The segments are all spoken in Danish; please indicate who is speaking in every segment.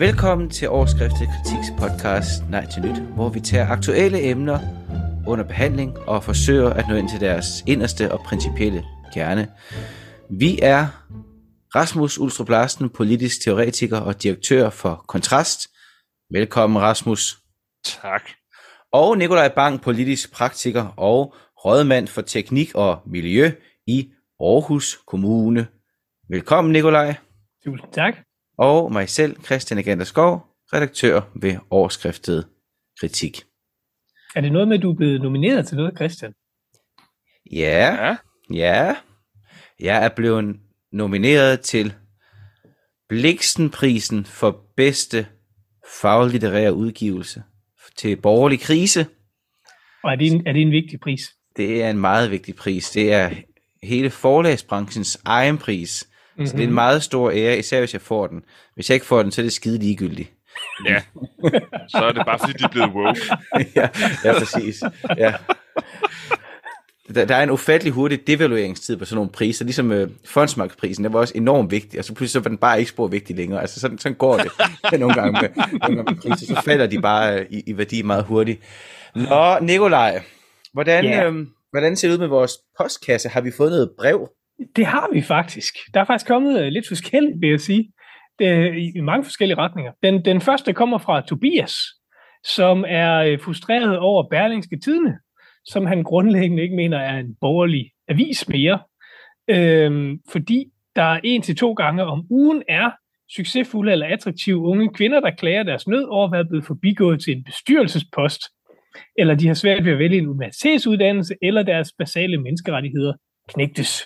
Speaker 1: Velkommen til Overskriftet Kritiks podcast Nej til Nyt, hvor vi tager aktuelle emner under behandling og forsøger at nå ind til deres inderste og principielle kerne. Vi er Rasmus Ulstrup Larsen, politisk teoretiker og direktør for Kontrast. Velkommen, Rasmus.
Speaker 2: Tak.
Speaker 1: Og Nikolaj Bang, politisk praktiker og rådmand for teknik og miljø i Aarhus Kommune. Velkommen, Nikolaj.
Speaker 3: Tusind tak.
Speaker 1: Og mig selv, Christian Agander Skov, redaktør ved Overskriftet Kritik.
Speaker 3: Er det noget med, at du er blevet nomineret til noget, Christian?
Speaker 1: Ja. Jeg er blevet nomineret til Blixenprisen for bedste faglitterære udgivelse til Borgerlig Krise.
Speaker 3: Og er det en vigtig pris?
Speaker 1: Det er en meget vigtig pris. Det er hele forlagsbranchens egen pris. Mm-hmm. Så det er en meget stor ære, især hvis jeg får den. Hvis jeg ikke får den, så er det skide ligegyldigt.
Speaker 2: Ja, så er det bare fordi, de er blevet woke.
Speaker 1: ja, præcis. Ja. Der er en ufattelig hurtig devalueringstid på sådan nogle priser, ligesom Fondsmarkedsprisen, den var også enormt vigtig, og så pludselig så var den bare ikke spor vigtig længere. Altså sådan går det nogle gange med priser, så falder de bare i værdi meget hurtigt. Nå, Nikolaj, hvordan ser det ud med vores postkasse? Har vi fået noget brev?
Speaker 3: Det har vi faktisk. Der er faktisk kommet lidt forskelligt, vil jeg sige. I mange forskellige retninger. Den første kommer fra Tobias, som er frustreret over Berlingske Tidende, som han grundlæggende ikke mener er en borgerlig avis mere, fordi der 1-2 gange om ugen er succesfulde eller attraktive unge kvinder, der klager deres nød over at være blevet forbigået til en bestyrelsespost, eller de har svært ved at vælge en universitetsuddannelse, eller deres basale menneskerettigheder knægtes.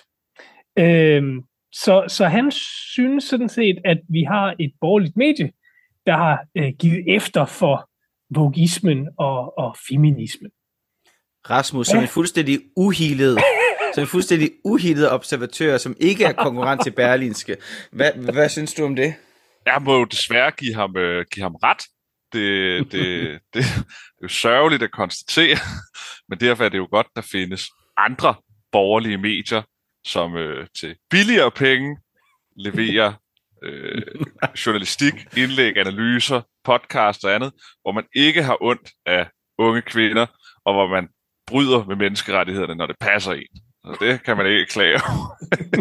Speaker 3: Så han synes sådan set, at vi har et borgerligt medie, der har givet efter for vogismen og feminismen.
Speaker 1: Rasmus, som en fuldstændig uhealet observatør, som ikke er konkurrent til Berlingske. Hvad synes du om det?
Speaker 2: Jeg må jo desværre give ham ret. Det er jo sørgeligt at konstatere, men derfor er det jo godt, der findes andre borgerlige medier, som til billigere penge leverer journalistik, indlæg, analyser, podcast og andet, hvor man ikke har ondt af unge kvinder, og hvor man bryder med menneskerettighederne, når det passer en. Så det kan man ikke klage over.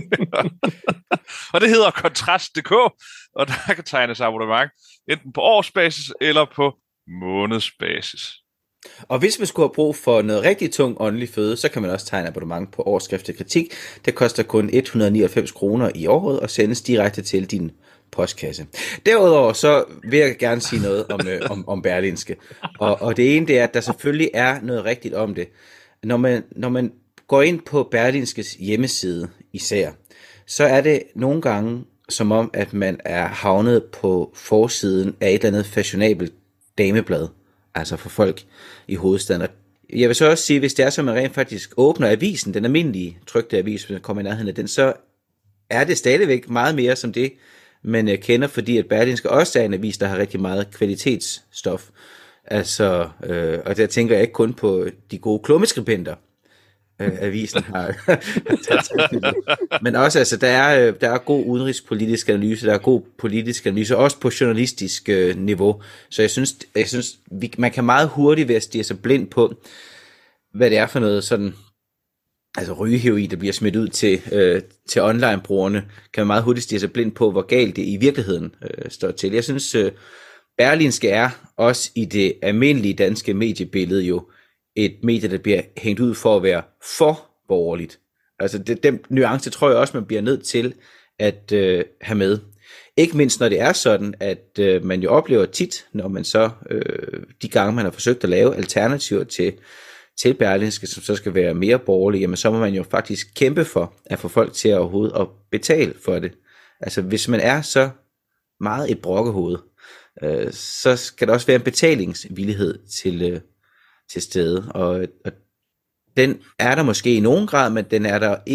Speaker 2: Og det hedder Kontrast.dk, og der kan tegnes abonnement enten på årsbasis eller på månedsbasis.
Speaker 1: Og hvis man skulle have brug for noget rigtig tung åndelig føde, så kan man også tegne abonnement på Overskriftet Kritik. Det koster kun 199 kroner i året og sendes direkte til din postkasse. Derudover så vil jeg gerne sige noget om Berlingske. Og det ene det er, at der selvfølgelig er noget rigtigt om det. Når man går ind på Berlingskes hjemmeside især, så er det nogle gange som om, at man er havnet på forsiden af et eller andet fashionabelt dameblad. Altså for folk i hovedstaden. Og jeg vil så også sige, hvis det er så, man rent faktisk åbner avisen, den almindelige trykte avis, hvis man kommer i nærheden af den, så er det stadigvæk meget mere som det, man kender, fordi at Berlingske også er en avis, der har rigtig meget kvalitetsstof. Altså, og der tænker jeg ikke kun på de gode klummeskribenter, avisen har taget. Men også, altså, der er god udenrigspolitisk analyse, der er god politisk analyse, også på journalistisk niveau. Så jeg synes man kan meget hurtigt være stirre sig blind på, hvad det er for noget sådan, altså rygeheroin, der bliver smidt ud til online-brugerne, kan man meget hurtigt stirre sig blind på, hvor galt det i virkeligheden står til. Jeg synes, Berlingske er også i det almindelige danske mediebillede jo et medie, der bliver hængt ud for at være for borgerligt. Altså den nuance tror jeg også, man bliver nødt til at have med. Ikke mindst når det er sådan, at man jo oplever tit, når man så de gange, man har forsøgt at lave alternativer til Berlingske, som så skal være mere borgerlige, jamen så må man jo faktisk kæmpe for at få folk til overhovedet at betale for det. Altså hvis man er så meget et brokkehoved, så skal der også være en betalingsvillighed til stede, og den er der måske i nogen grad, men den er der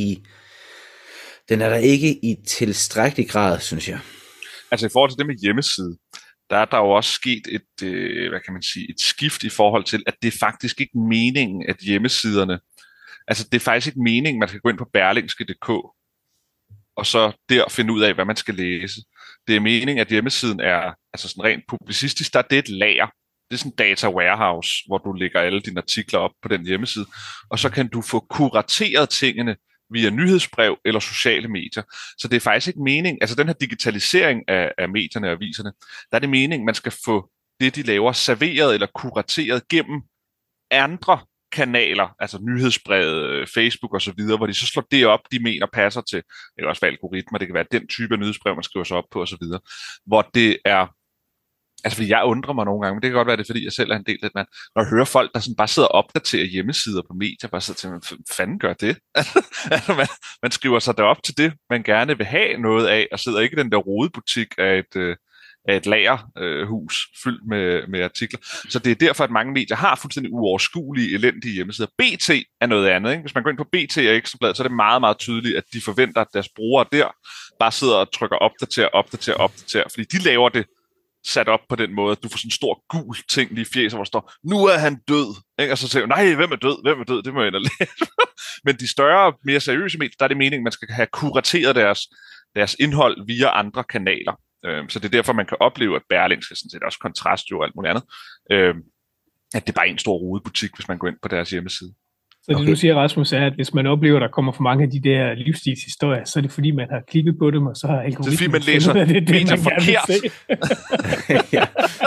Speaker 1: ikke i tilstrækkelig grad, synes jeg.
Speaker 2: Altså i forhold til det med hjemmeside, der er der jo også sket et skift i forhold til, at det er faktisk ikke meningen, at hjemmesiderne, altså det er faktisk ikke meningen, man skal gå ind på berlingske.dk og så der finde ud af, hvad man skal læse. Det er meningen, at hjemmesiden er altså sådan rent publicistisk, det er et lager. Det er sådan en data warehouse, hvor du lægger alle dine artikler op på den hjemmeside, og så kan du få kurateret tingene via nyhedsbrev eller sociale medier. Så det er faktisk ikke meningen, altså den her digitalisering af medierne og aviserne, der er det meningen, man skal få det, de laver, serveret eller kurateret gennem andre kanaler, altså nyhedsbrevet, Facebook og så videre, hvor de så slår det op, de mener passer til. Det kan også være algoritmer, det kan være den type af nyhedsbrev, man skriver sig op på og så videre. Hvor det er, altså fordi jeg undrer mig nogle gange, men det kan godt være, det er fordi, jeg selv er en del af det, når jeg hører folk, der sådan bare sidder og opdaterer hjemmesider på medier, bare sidder til, hvad fanden gør det? Altså, man skriver sig derop til det, man gerne vil have noget af, og sidder ikke i den der rodebutik af et lagerhus fyldt med artikler. Så det er derfor, at mange medier har fuldstændig uoverskuelige, elendige hjemmesider. BT er noget andet. Ikke? Hvis man går ind på BT og Ekstrabladet, så er det meget, meget tydeligt, at de forventer, at deres brugere der bare sidder og trykker opdater, fordi de laver det sat op på den måde, at du får sådan en stor gul ting lige i fjeset, hvor der står, nu er han død. Ikke? Og så siger du, nej, hvem er død? Det må jeg ind og læse. Men de større, mere seriøse medier, der er det meningen, at man skal have kurateret deres indhold via andre kanaler. Så det er derfor, man kan opleve, at Berlingske, sådan set også Kontrast og alt muligt andet, at det er bare en stor rodebutik, hvis man går ind på deres hjemmeside.
Speaker 3: Så det, du siger, Rasmus, er, at hvis man oplever, at der kommer for mange af de der livsstilshistorier, så er det fordi, man har klikket på dem, og så har algoritmen...
Speaker 2: Det er fordi, man læser medier forkert.
Speaker 3: Ja.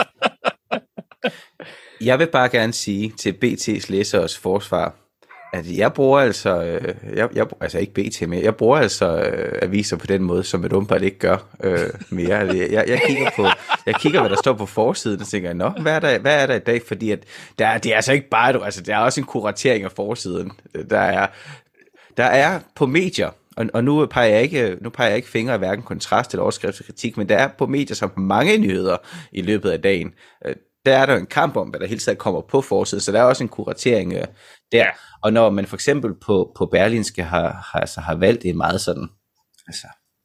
Speaker 1: Jeg vil bare gerne sige til BT's læseres forsvar, at jeg bruger altså ikke BT, men jeg bruger aviser på den måde, som et åbenbart ikke gør mere. Jeg kigger, hvad der står på forsiden, og tænker, nå, hvad er der i dag? Fordi at det er altså ikke bare, der er også en kuratering af forsiden. Der er på medier, og nu peger jeg ikke fingre af hverken Kontrast eller overskrift og kritik, men der er på medier, som har mange nyheder i løbet af dagen. Der er der en kamp om, hvad der hele tiden kommer på forsiden, så der er også en kuratering der. Ja. Og når man for eksempel på Berlingske har valgt en meget sådan, altså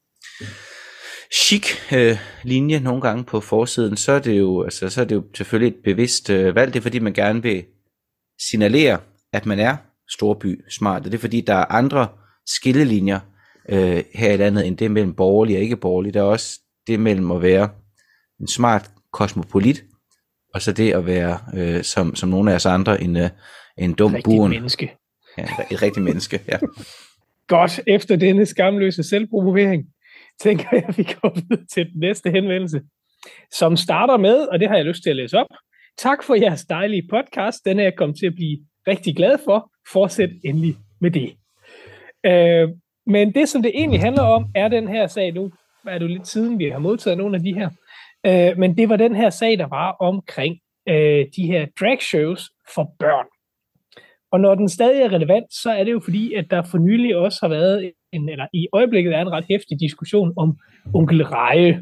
Speaker 1: chic linje nogle gange på forsiden, så er det jo selvfølgelig et bevidst valg. Det er fordi, man gerne vil signalere, at man er storby smart. Det er fordi, der er andre skillelinjer her i landet, end det mellem borgerlig og ikke borgerlig. Der er også det mellem at være en smart kosmopolit, og så det at være, som nogle af os andre, en dum buren.
Speaker 3: Menneske.
Speaker 1: Ja, et rigtigt menneske, ja.
Speaker 3: Godt, efter denne skamløse selvpromovering, tænker jeg, at vi går videre til den næste henvendelse, som starter med, og det har jeg lyst til at læse op. Tak for jeres dejlige podcast, den er jeg kommet til at blive rigtig glad for. Fortsæt endelig med det. Men det, som det egentlig handler om, er den her sag. Nu er det jo lidt siden, vi har modtaget nogle af de her. Men det var den her sag, der var omkring de her drag shows for børn. Og når den stadig er relevant, så er det jo fordi, at der for nylig også har været i øjeblikket er en ret heftig diskussion om Onkel Reje.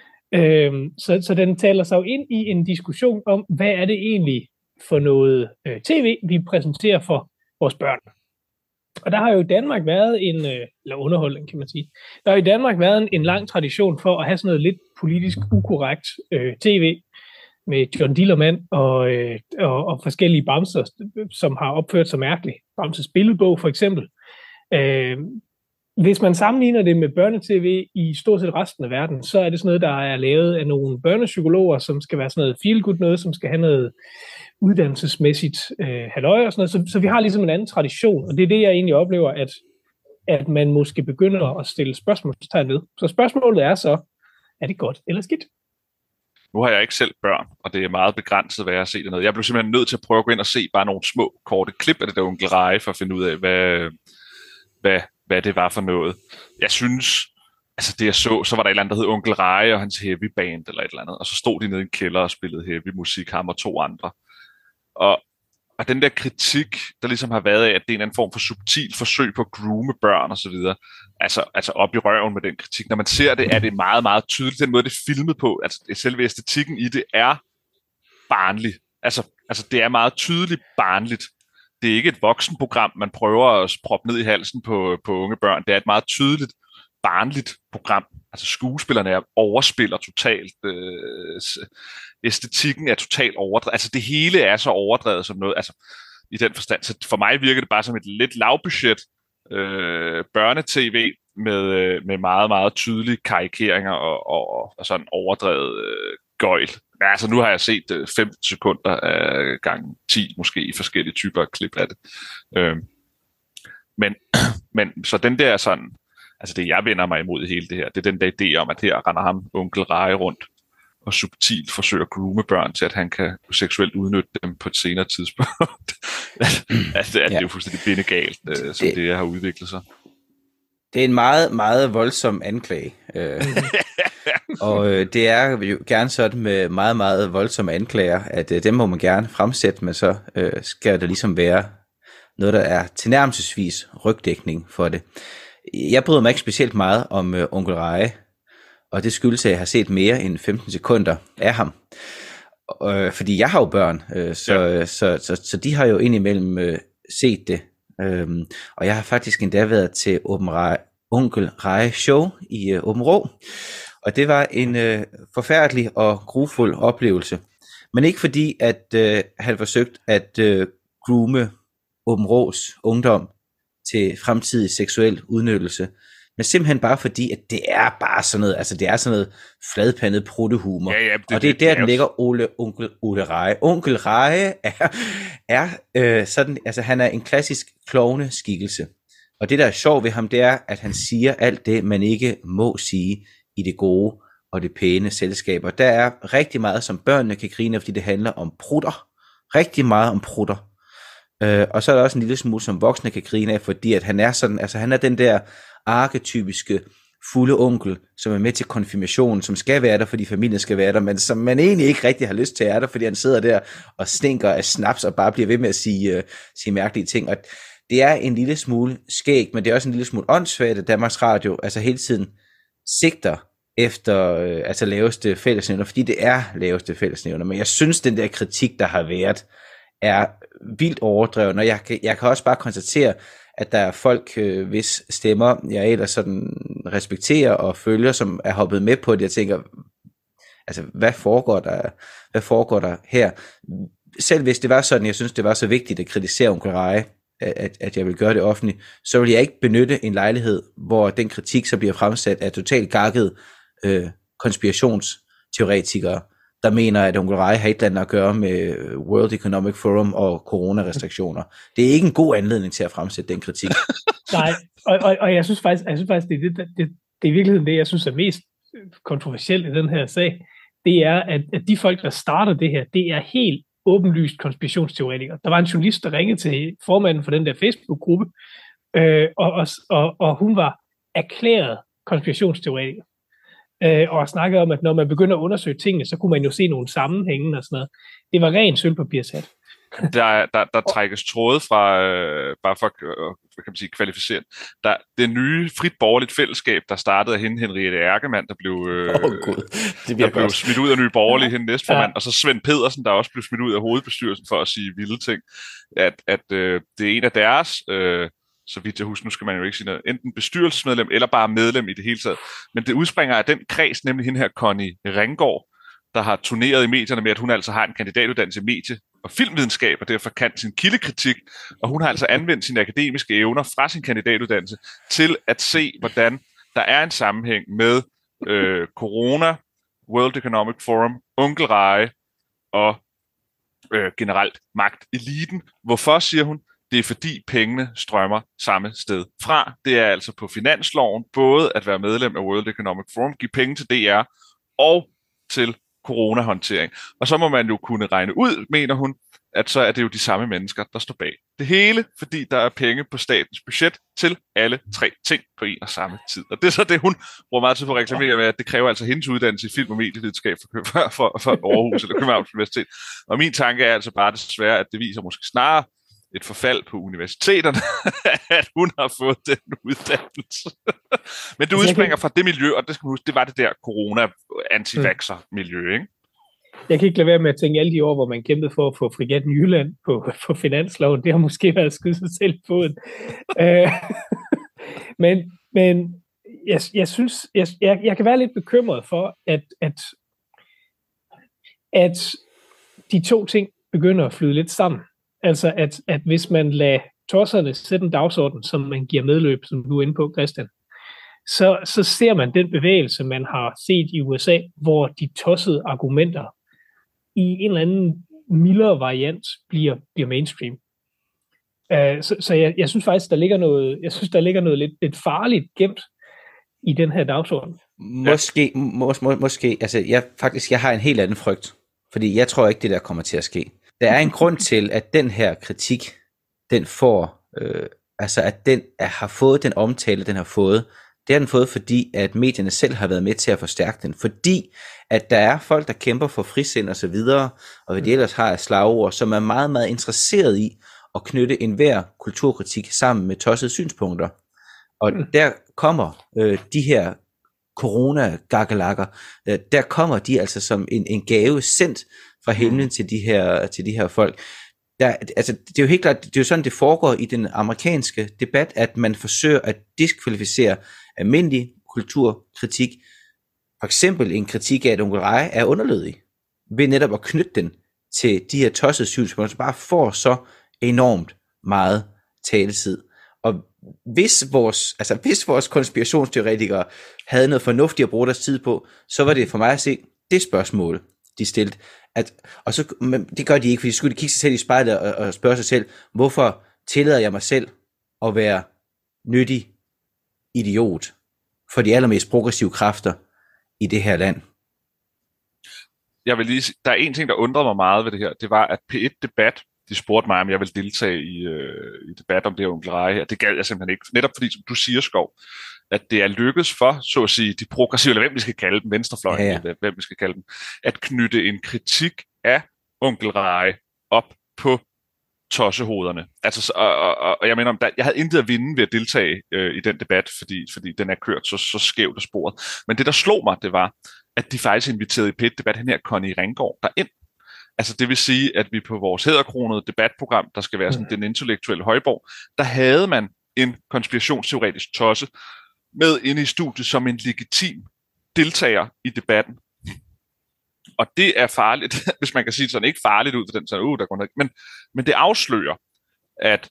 Speaker 3: Så den taler sig jo ind i en diskussion om, hvad er det egentlig for noget tv, vi præsenterer for vores børn. Og der har jo i Danmark været eller underholdning kan man sige, der har i Danmark været en lang tradition for at have sådan noget lidt politisk ukorrekt tv, med John Dillermand og forskellige bamser, som har opført sig mærkeligt. Bamses billedbog for eksempel. Hvis man sammenligner det med børnetv i stort set resten af verden, så er det sådan noget, der er lavet af nogle børnepsykologer, som skal være sådan noget feel-good noget, som skal have noget uddannelsesmæssigt halløj og sådan noget. Så vi har ligesom en anden tradition, og det er det, jeg egentlig oplever, at man måske begynder at stille spørgsmålstegn ved. Så spørgsmålet er så, er det godt eller skidt?
Speaker 2: Nu har jeg ikke selv børn, og det er meget begrænset, hvad jeg har set dernede. Jeg blev simpelthen nødt til at prøve at gå ind og se bare nogle små, korte klip af det der Onkel Reje, for at finde ud af, hvad det var for noget. Jeg synes, altså det jeg så var der et eller andet, der hed Onkel Reje og hans heavy band eller et eller andet, og så stod de nede i en kælder og spillede heavy musik, ham og 2 andre. Og den der kritik, der ligesom har været af, at det er en eller anden form for subtil forsøg på at groome børn og så videre, altså op i røven med den kritik. Når man ser det, er det meget, meget tydeligt. Den måde, det er filmet på, altså selve æstetikken i det er barnlig. Altså det er meget tydeligt barnligt. Det er ikke et voksenprogram, man prøver at proppe ned i halsen på unge børn. Det er et meget tydeligt barnligt program. Altså skuespillerne overspiller totalt. Æstetikken er totalt overdrevet. Altså det hele er så overdrevet som noget, altså i den forstand. Så for mig virker det bare som et lidt lavbudget børnetv, med meget, meget tydelige karikeringer og sådan overdrevet gøjl. Men altså, nu har jeg set 15 sekunder af gangen 10, måske i forskellige typer af klip af det. Men så den der sådan, altså det jeg vender mig imod i hele det her, det er den der idé om, at her render ham onkel Reje rundt og subtilt forsøger at groome børn til, at han kan seksuelt udnytte dem på et senere tidspunkt. Det er jo fuldstændig bindegalt, som det har udviklet sig.
Speaker 1: Det er en meget, meget voldsom anklage. Og det er jo gerne sådan med meget, meget voldsomme anklager, at dem må man gerne fremsætte, men så skal der ligesom være noget, der er tilnærmelsesvis rygdækning for det. Jeg bryder mig ikke specielt meget om onkel Reje, og det skyldes, at jeg har set mere end 15 sekunder af ham. Fordi jeg har jo børn, så de har jo indimellem set det. Og jeg har faktisk endda været til onkel Reje show i Åben Rå. Og det var en forfærdelig og grufuld oplevelse. Men ikke fordi, at han forsøgte at groome Åben Rås ungdom til fremtidig seksuel udnyttelse, men simpelthen bare fordi, at det er bare sådan noget, altså det er sådan noget fladpandet pruttehumor. Og det er der, den ligger Onkel Reje. Onkel Reje er sådan, altså han er en klassisk klovneskikkelse. Og det, der er sjovt ved ham, det er, at han siger alt det, man ikke må sige i det gode og det pæne selskab. Og der er rigtig meget, som børnene kan grine, fordi det handler om prutter. Rigtig meget om prutter. Og så er der også en lille smule, som voksne kan grine af, fordi at han er sådan, altså han er den der arketypiske fulde onkel, som er med til konfirmationen, som skal være der, fordi familien skal være der, men som man egentlig ikke rigtig har lyst til at være der, fordi han sidder der og stinker af snaps og bare bliver ved med at sige mærkelige ting. Og det er en lille smule skægt, men det er også en lille smule åndssvagt, at Danmarks Radio altså hele tiden sigter efter altså laveste fællesnævner, fordi det er laveste fællesnævner. Men jeg synes, den der kritik, der har været, er vildt overdreven, og jeg kan også bare konstatere, at der er folk, hvis stemmer jeg ellers sådan respekterer og følger, som er hoppet med på det. Jeg tænker, altså hvad foregår der her? Selv hvis det var sådan, jeg synes det var så vigtigt at kritisere onkel Reje, at jeg vil gøre det offentligt, så vil jeg ikke benytte en lejlighed, hvor den kritik så bliver fremsat af totalt gakkede konspirationsteoretikere, der mener, at onkel Reje har et eller andet at gøre med World Economic Forum og coronarestriktioner. Det er ikke en god anledning til at fremsætte den kritik.
Speaker 3: Nej, og jeg synes faktisk, det er i virkeligheden det, jeg synes er mest kontroversielt i den her sag, det er, at de folk, der starter det her, det er helt åbenlyst konspirationsteoretikere. Der var en journalist, der ringede til formanden for den der Facebook-gruppe, og hun var erklæret konspirationsteoretiker. Og snakkede om, at når man begynder at undersøge tingene, så kunne man jo se nogle sammenhænge og sådan noget. Det var ren sølvpapirshat.
Speaker 2: Der trækkes tråde fra, bare for hvad kan man sige, kvalificeret. Det nye frit borgerligt fællesskab, der startede af hende, Henriette Ærkemann, der blev smidt ud af Nye Borgerlige, hende næstformand, og så Svend Pedersen, der også blev smidt ud af hovedbestyrelsen for at sige vilde ting. At det er en af deres... så vidt jeg husker, nu skal man jo ikke sige noget, enten bestyrelsesmedlem eller bare medlem i det hele taget. Men det udspringer af den kreds, nemlig hende her Connie Ringgaard, der har turneret i medierne med, at hun altså har en kandidatuddannelse i medie- og filmvidenskab, og derfor kan sin kildekritik, og hun har altså anvendt sine akademiske evner fra sin kandidatuddannelse til at se, hvordan der er en sammenhæng med corona, World Economic Forum, onkel Reje og generelt magteliten. Hvorfor, siger hun? Det er fordi pengene strømmer samme sted fra. Det er altså på finansloven, både at være medlem af World Economic Forum, give penge til DR og til coronahåndtering. Og så må man jo kunne regne ud, mener hun, at så er det jo de samme mennesker, der står bag det hele, fordi der er penge på statens budget til alle tre ting på en og samme tid. Og det er så det, hun bruger meget tid på at reklamere med, at det kræver altså hendes uddannelse i film- og medievidenskab for Aarhus eller Københavns Universitet. Og min tanke er altså bare desværre, at det viser måske snarere et forfald på universiteterne, at hun har fået den uddannelse. Men det udspringer fra det miljø, og det skal man huske, det var det der corona-anti-vaxxer-miljø, ikke? Jeg
Speaker 3: kan ikke lade være med at tænke alle de år, hvor man kæmpede for at få Fregatten Jylland på finansloven. Det har måske været at skyde sig selv på foden. Men jeg synes, jeg kan være lidt bekymret for, at de to ting begynder at flyde lidt sammen. Altså, at hvis man lader tosserne sætte en dagsorden, som man giver medløb, som du er inde på, Christian, så ser man den bevægelse, man har set i USA, hvor de tossede argumenter i en eller anden mildere variant bliver mainstream. Så jeg synes faktisk, der ligger noget lidt farligt gemt i den her dagsorden.
Speaker 1: Måske. Altså, jeg har en helt anden frygt, fordi jeg tror ikke, det der kommer til at ske. Der er en grund til, at den her kritik, den får, at den har fået den omtale, den har fået. Det har den fået, fordi at medierne selv har været med til at forstærke den. Fordi at der er folk, der kæmper for frisind og så videre, og hvad de ellers har af slagord, som er meget, meget interesseret i at knytte enhver kulturkritik sammen med tossede synspunkter. Og der kommer de her corona-gakkelakker, der kommer de altså som en gave sendt fra himlen til de her folk. Det er jo helt klart, det er jo sådan, det foregår i den amerikanske debat, at man forsøger at diskvalificere almindelig kulturkritik. For eksempel en kritik af, at Onkel Rej er underlødig, ved netop at knytte den til de her tossede synspunkter, som bare får så enormt meget taletid. Og hvis vores konspirationsteoretikere havde noget fornuftigt at bruge deres tid på, så var det for mig at se det spørgsmål, de stillede. Men det gør de ikke, fordi de skulle kigge sig selv i spejlet og spørge sig selv, hvorfor tillader jeg mig selv at være nyttig idiot for de allermest progressive kræfter i det her land.
Speaker 2: Jeg vil lige sige, der er en ting, der undrede mig meget ved det her. Det var, at P1 Debat, de spurgte mig, om jeg ville deltage i debat om det her Onkel Rej her. Det gad jeg simpelthen ikke. Netop fordi, som du siger, Skov, at det er lykkedes for, så at sige, de progressive, eller hvem vi skal kalde dem, venstrefløjen, eller hvem vi skal kalde dem, at knytte en kritik af Onkel Rej op på tossehoderne. Altså, og jeg mener, jeg havde intet at vinde ved at deltage i den debat, fordi den er kørt så skævt af sporet. Men det, der slog mig, det var, at de faktisk inviterede i P1-debat her Connie Ringgaard derind. Altså det vil sige, at vi på vores hæderkronede debatprogram, der skal være sådan den intellektuelle højborg, der havde man en konspirationsteoretisk tosse med inde i studiet som en legitim deltager i debatten. Og det er farligt, hvis man kan sige sådan, ikke farligt ud for den, sådan, der går noget, men det afslører, at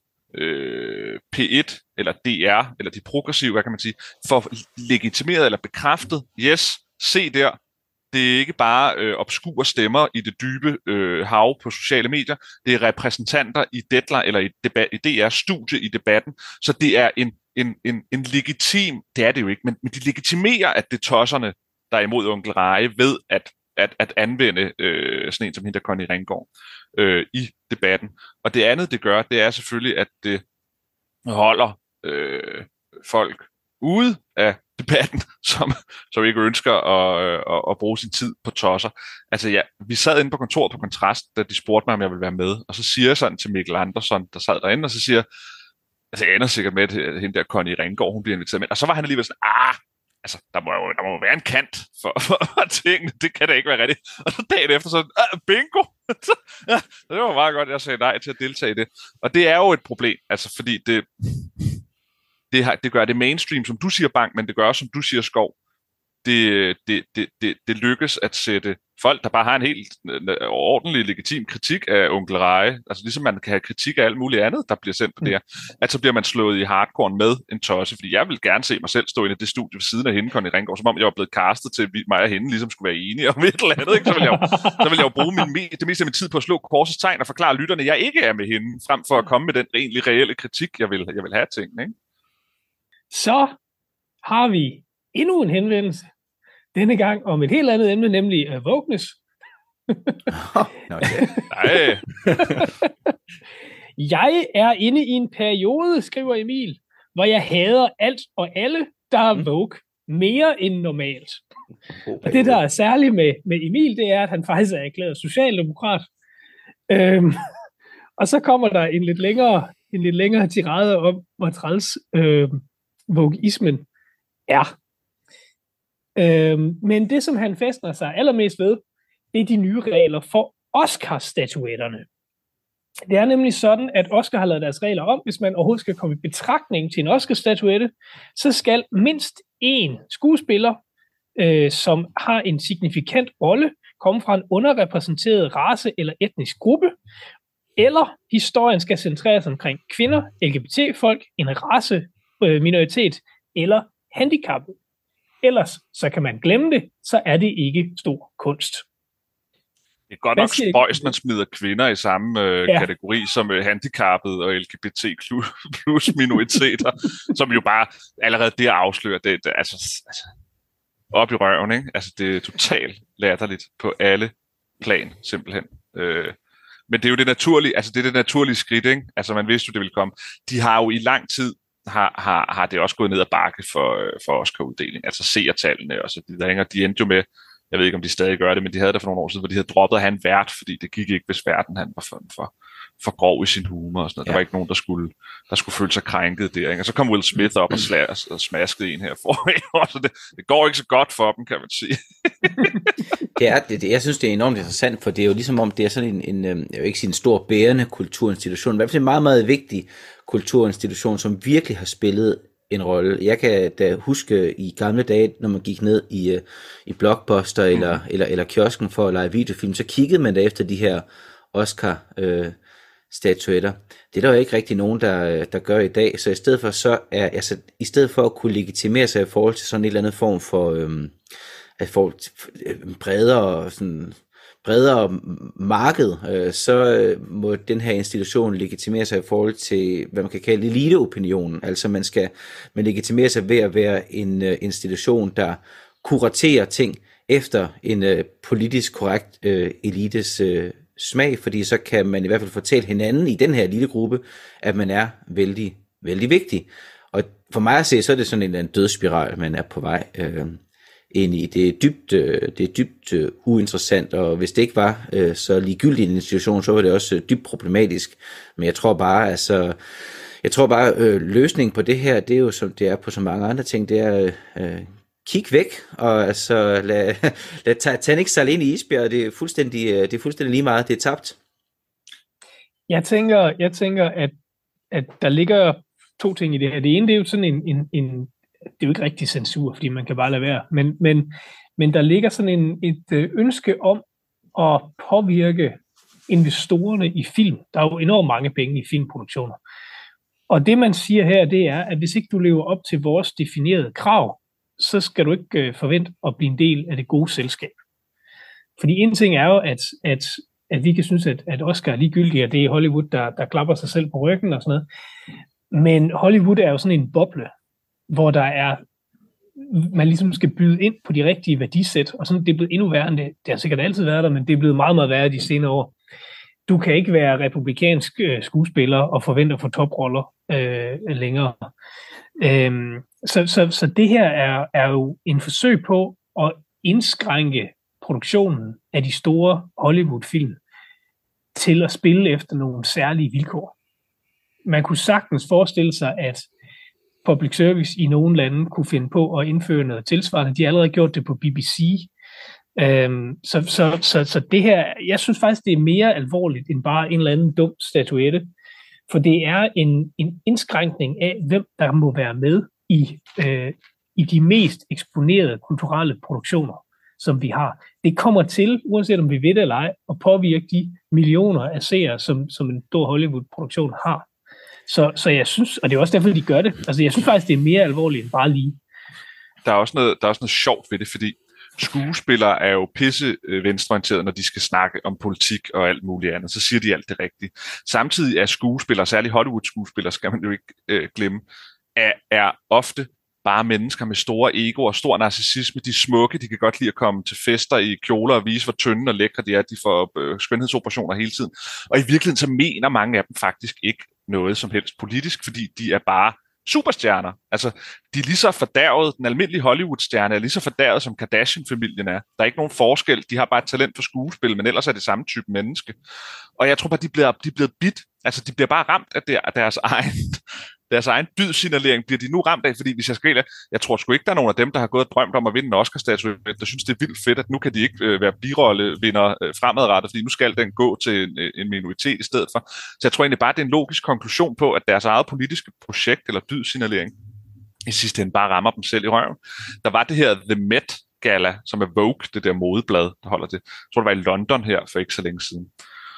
Speaker 2: P1 eller DR, eller de progressive, hvad kan man sige, får legitimeret eller bekræftet, yes, se der, det er ikke bare obskure stemmer i det dybe hav på sociale medier, det er repræsentanter i Deadline eller i DR-studie i debatten, så det er en legitim, det er det jo ikke, men de legitimerer, at det tosserne, der er imod Onkel Rej, ved at anvende sådan en som hende, Connie Ringgaard, i debatten. Og det andet, det gør, det er selvfølgelig, at det holder folk ude af debatten, som ikke ønsker at bruge sin tid på tosser. Altså ja, vi sad inde på kontoret på Kontrast, da de spurgte mig, om jeg ville være med, og så siger jeg sådan til Mikkel Andersson, der sad derinde, og så siger, altså jeg ender sikkert med, at hende der Connie Ringgaard, hun bliver inviteret med, og så var han alligevel sådan, altså der må være en kant for tingene, det kan da ikke være rigtigt. Og så dagen efter sådan, bingo! Ja, det var meget godt, jeg sagde nej til at deltage i det. Og det er jo et problem, altså fordi det gør det mainstream, som du siger, Bang, men det gør også, som du siger, Skov. Det lykkes at sætte folk, der bare har en helt ordentlig, legitim kritik af Onkel Rej, altså ligesom man kan have kritik af alt muligt andet, der bliver sendt på det her, at så bliver man slået i hardcore med en tosse, fordi jeg vil gerne se mig selv stå inde i det studie ved siden af hende, Connie Ringgaard, som om jeg var blevet castet til, at mig og hende ligesom skulle være enige om et eller andet, ikke? Så vil jeg jo bruge det meste af min tid på at slå korsets tegn og forklare lytterne, at jeg ikke er med hende, frem for at komme med den egentlig reelle kritik, jeg vil have af tingene, ikke?
Speaker 3: Så har vi endnu en henvendelse. Denne gang om et helt andet emne, nemlig wokeness.
Speaker 2: Nej.
Speaker 3: Jeg er inde i en periode, skriver Emil, hvor jeg hader alt og alle, der er woke, mere end normalt. Og det, der er særligt med Emil, det er, at han faktisk er erklæret socialdemokrat. Og så kommer der en lidt længere tirade om, hvor træls wokeismen er. Men det, som han fæstner sig allermest ved, det er de nye regler for Oscar-statuetterne. Det er nemlig sådan, at Oscar har lavet deres regler om. Hvis man overhovedet skal komme i betragtning til en Oscar-statuette, så skal mindst én skuespiller, som har en signifikant rolle, komme fra en underrepræsenteret race eller etnisk gruppe, eller historien skal centreres omkring kvinder, LGBT-folk, en race, minoritet eller handicappet. Ellers så kan man glemme det, så er det ikke stor kunst.
Speaker 2: Det er godt nok spøjs, man smider kvinder i samme kategori som handicappede og LGBT plus minoriteter, som jo bare allerede det afslører det altså op i røven, ikke? Altså det er totalt latterligt på alle plan, simpelthen. Men det er jo det naturlige, altså det er det naturlige skridt, ikke? Altså man vidste jo, det ville komme. De har jo i lang tid har det også gået ned ad bakke for Oscar-uddeling, altså seertallene og så videre, og de endte jo med, jeg ved ikke, om de stadig gør det, men de havde det for nogle år siden, hvor de havde droppet at have en vært, fordi det gik ikke, hvis værten han var for grov i sin humor og sådan noget. Ja. Der var ikke nogen, der skulle føle sig krænket der, ikke? Og så kom Will Smith op og smaskede en her foran, så det går ikke så godt for dem, kan man sige.
Speaker 1: Jeg synes, det er enormt interessant, for det er jo ligesom om, det er sådan jeg vil ikke sige en stor bærende kulturinstitution, men det er en meget, meget vigtig kulturinstitution, som virkelig har spillet en rolle. Jeg kan da huske i gamle dage, når man gik ned i Blockbuster eller kiosken for at lege videofilm, så kiggede man da efter de her Oscar statuetter. Det er der jo ikke rigtig nogen, der gør i dag, så i stedet for i stedet for at kunne legitimere sig i forhold til sådan en eller anden form for bredere marked, så må den her institution legitimere sig i forhold til, hvad man kan kalde eliteopinionen. Altså man legitimerer sig ved at være en institution, der kuraterer ting efter en politisk korrekt elites smag, fordi så kan man i hvert fald fortælle hinanden i den her elitegruppe, at man er vældig, vældig vigtig. Og for mig at se, så er det sådan en dødsspiral, man er på vej ind i. Det er dybt uinteressant, og hvis det ikke var så ligegyldig en institution, så var det også dybt problematisk. Men jeg tror bare, løsningen på det her, det er jo som det er på så mange andre ting, det er kig væk, og altså lad Titanic sejle ind i isbjerget. Det er fuldstændig lige meget, det er tabt.
Speaker 3: Jeg tænker at der ligger to ting i det her. Det ene, det er jo sådan en det er jo ikke rigtig censur, fordi man kan bare lade være, men der ligger sådan et ønske om at påvirke investorerne i film. Der er jo enormt mange penge i filmproduktioner. Og det man siger her, det er, at hvis ikke du lever op til vores definerede krav, så skal du ikke forvente at blive en del af det gode selskab. Fordi en ting er jo, at vi kan synes, at Oscar er ligegyldig, og det er Hollywood, der klapper sig selv på ryggen og sådan noget. Men Hollywood er jo sådan en boble, hvor man ligesom skal byde ind på de rigtige værdisæt, og sådan det er blevet endnu værre end det. Det har sikkert altid været der, men det er blevet meget, meget værre de senere år. Du kan ikke være republikansk skuespiller og forvente at få toproller længere. Så det her er jo en forsøg på at indskrænke produktionen af de store Hollywood-film til at spille efter nogle særlige vilkår. Man kunne sagtens forestille sig, at public service i nogle lande kunne finde på at indføre noget tilsvarende. De har allerede gjort det på BBC. Så det her, jeg synes faktisk, det er mere alvorligt end bare en eller anden dum statuette. For det er en indskrænkning af, hvem der må være med i de mest eksponerede kulturelle produktioner, som vi har. Det kommer til, uanset om vi ved det eller ej, at påvirke de millioner af seere, som en stor Hollywood-produktion har. Så jeg synes, og det er også derfor, de gør det. Altså, jeg synes faktisk, det er mere alvorligt end bare lige.
Speaker 2: Der er også noget sjovt ved det, fordi skuespillere er jo pisse venstreorienterede, når de skal snakke om politik og alt muligt andet. Så siger de alt det rigtige. Samtidig er skuespillere, særligt Hollywood-skuespillere, skal man jo ikke glemme, er ofte bare mennesker med store egoer og stor narcissisme. De er smukke, de kan godt lide at komme til fester i kjoler og vise, hvor tynde og lækre de er. De får skønhedsoperationer hele tiden. Og i virkeligheden så mener mange af dem faktisk ikke noget som helst politisk, fordi de er bare superstjerner. Altså, de er lige så fordærvet, den almindelige Hollywood-stjerne er lige så fordærvet, som Kardashian-familien er. Der er ikke nogen forskel. De har bare et talent for skuespil, men ellers er det samme type menneske. Og jeg tror bare, de er blevet bidt. Altså, de bliver bare ramt af deres egen dydsignalering bliver de nu ramt af, fordi hvis jeg tror sgu ikke, der er nogen af dem, der har gået og drømt om at vinde en Oscar-statue, der synes, det er vildt fedt, at nu kan de ikke være birollevinder fremadrettet, fordi nu skal den gå til en minoritet i stedet for. Så jeg tror egentlig bare, det er en logisk konklusion på, at deres eget politiske projekt eller dydsignalering i sidste ende bare rammer dem selv i røven. Der var det her The Met Gala, som er Vogue, det der modeblad, der holder det. Jeg tror, det var i London her for ikke så længe siden.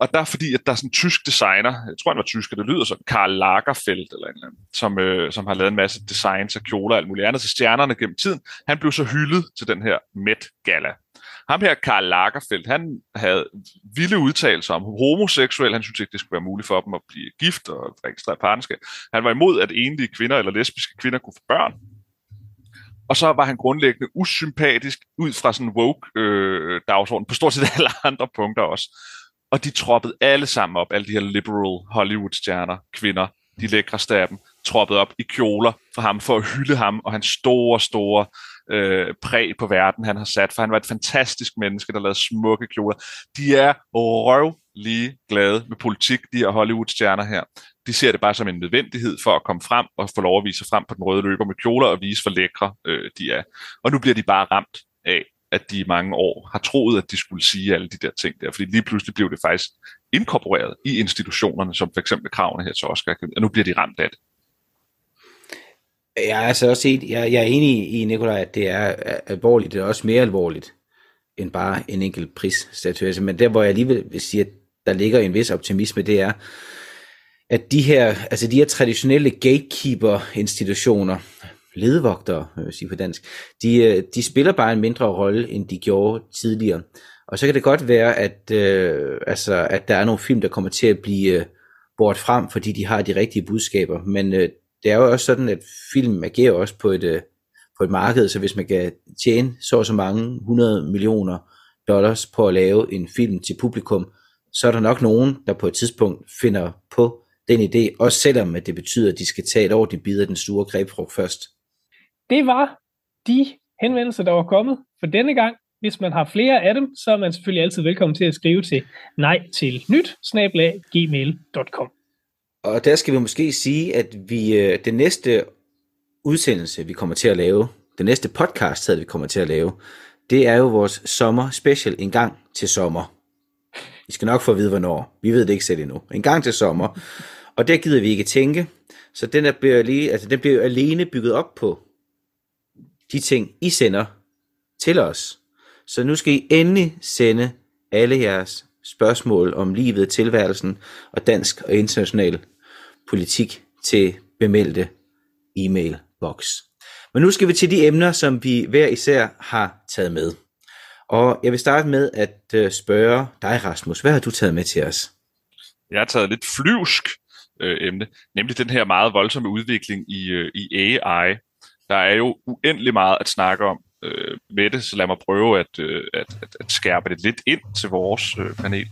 Speaker 2: Og der er fordi, at der er sådan en tysk designer, jeg tror han var tysk, og det lyder sådan, Karl Lagerfeld eller en eller anden, som har lavet en masse designs af kjoler og alt muligt andet til stjernerne gennem tiden. Han blev så hyldet til den her Met Gala. Ham her, Karl Lagerfeld, han havde vilde udtalelser om homoseksuelle. Han synes ikke, det skulle være muligt for dem at blive gift og registrere partnerskab. Han var imod, at enlige kvinder eller lesbiske kvinder kunne få børn. Og så var han grundlæggende usympatisk ud fra sådan en woke-dagsorden på stort set alle andre punkter også. Og de troppede alle sammen op, alle de her liberal Hollywood-stjerner, kvinder, de lækreste af dem, troppede op i kjoler for ham, for at hylde ham og hans store præg på verden, han har sat, for han var et fantastisk menneske, der lavede smukke kjoler. De er røvlige glade med politik, de her Hollywood-stjerner her. De ser det bare som en nødvendighed for at komme frem og få lov at vise frem på den røde løber med kjoler og vise, hvor lækre de er. Og nu bliver de bare ramt af, at de i mange år har troet, at de skulle sige alle de der ting der, fordi lige pludselig blev det faktisk inkorporeret i institutionerne, som for eksempel kravene her til Oscar, og nu bliver de ramt af det.
Speaker 1: Jeg er altså også jeg er enig i, Nikolaj, at det er alvorligt. Det er også mere alvorligt end bare en enkelt prisstatuette. Men der, hvor jeg alligevel vil sige, at der ligger en vis optimisme, det er, at de her traditionelle gatekeeper-institutioner, ledvogtere, vil jeg sige på dansk, de spiller bare en mindre rolle, end de gjorde tidligere. Og så kan det godt være, at der er nogle film, der kommer til at blive båret frem, fordi de har de rigtige budskaber. Men det er jo også sådan, at film agerer også på et marked, så hvis man kan tjene så mange 100 millioner dollars på at lave en film til publikum, så er der nok nogen, der på et tidspunkt finder på den idé, også selvom at det betyder, at de skal tage et ordentligt bid af den store grebfrugt først. Det
Speaker 3: var de henvendelser, der var kommet for denne gang. Hvis man har flere af dem, så er man selvfølgelig altid velkommen til at skrive til nejtilnyt@gmail.com.
Speaker 1: Og der skal vi måske sige, at den næste udsendelse, vi kommer til at lave, den næste podcast, vi kommer til at lave, det er jo vores sommer special, en gang til sommer. I skal nok få at vide, hvornår. Vi ved det ikke selv endnu. En gang til sommer. Og der gider vi ikke tænke. Så den bliver alene bygget op på de ting, I sender til os. Så nu skal I endelig sende alle jeres spørgsmål om livet, tilværelsen og dansk og international politik til bemeldte e-mailboks. Men nu skal vi til de emner, som vi hver især har taget med. Og jeg vil starte med at spørge dig, Rasmus. Hvad har du taget med til os?
Speaker 2: Jeg har taget lidt flyvsk emne, nemlig den her meget voldsomme udvikling i AI. Der er jo uendelig meget at snakke om med det, så lad mig prøve at skærpe det lidt ind til vores panel.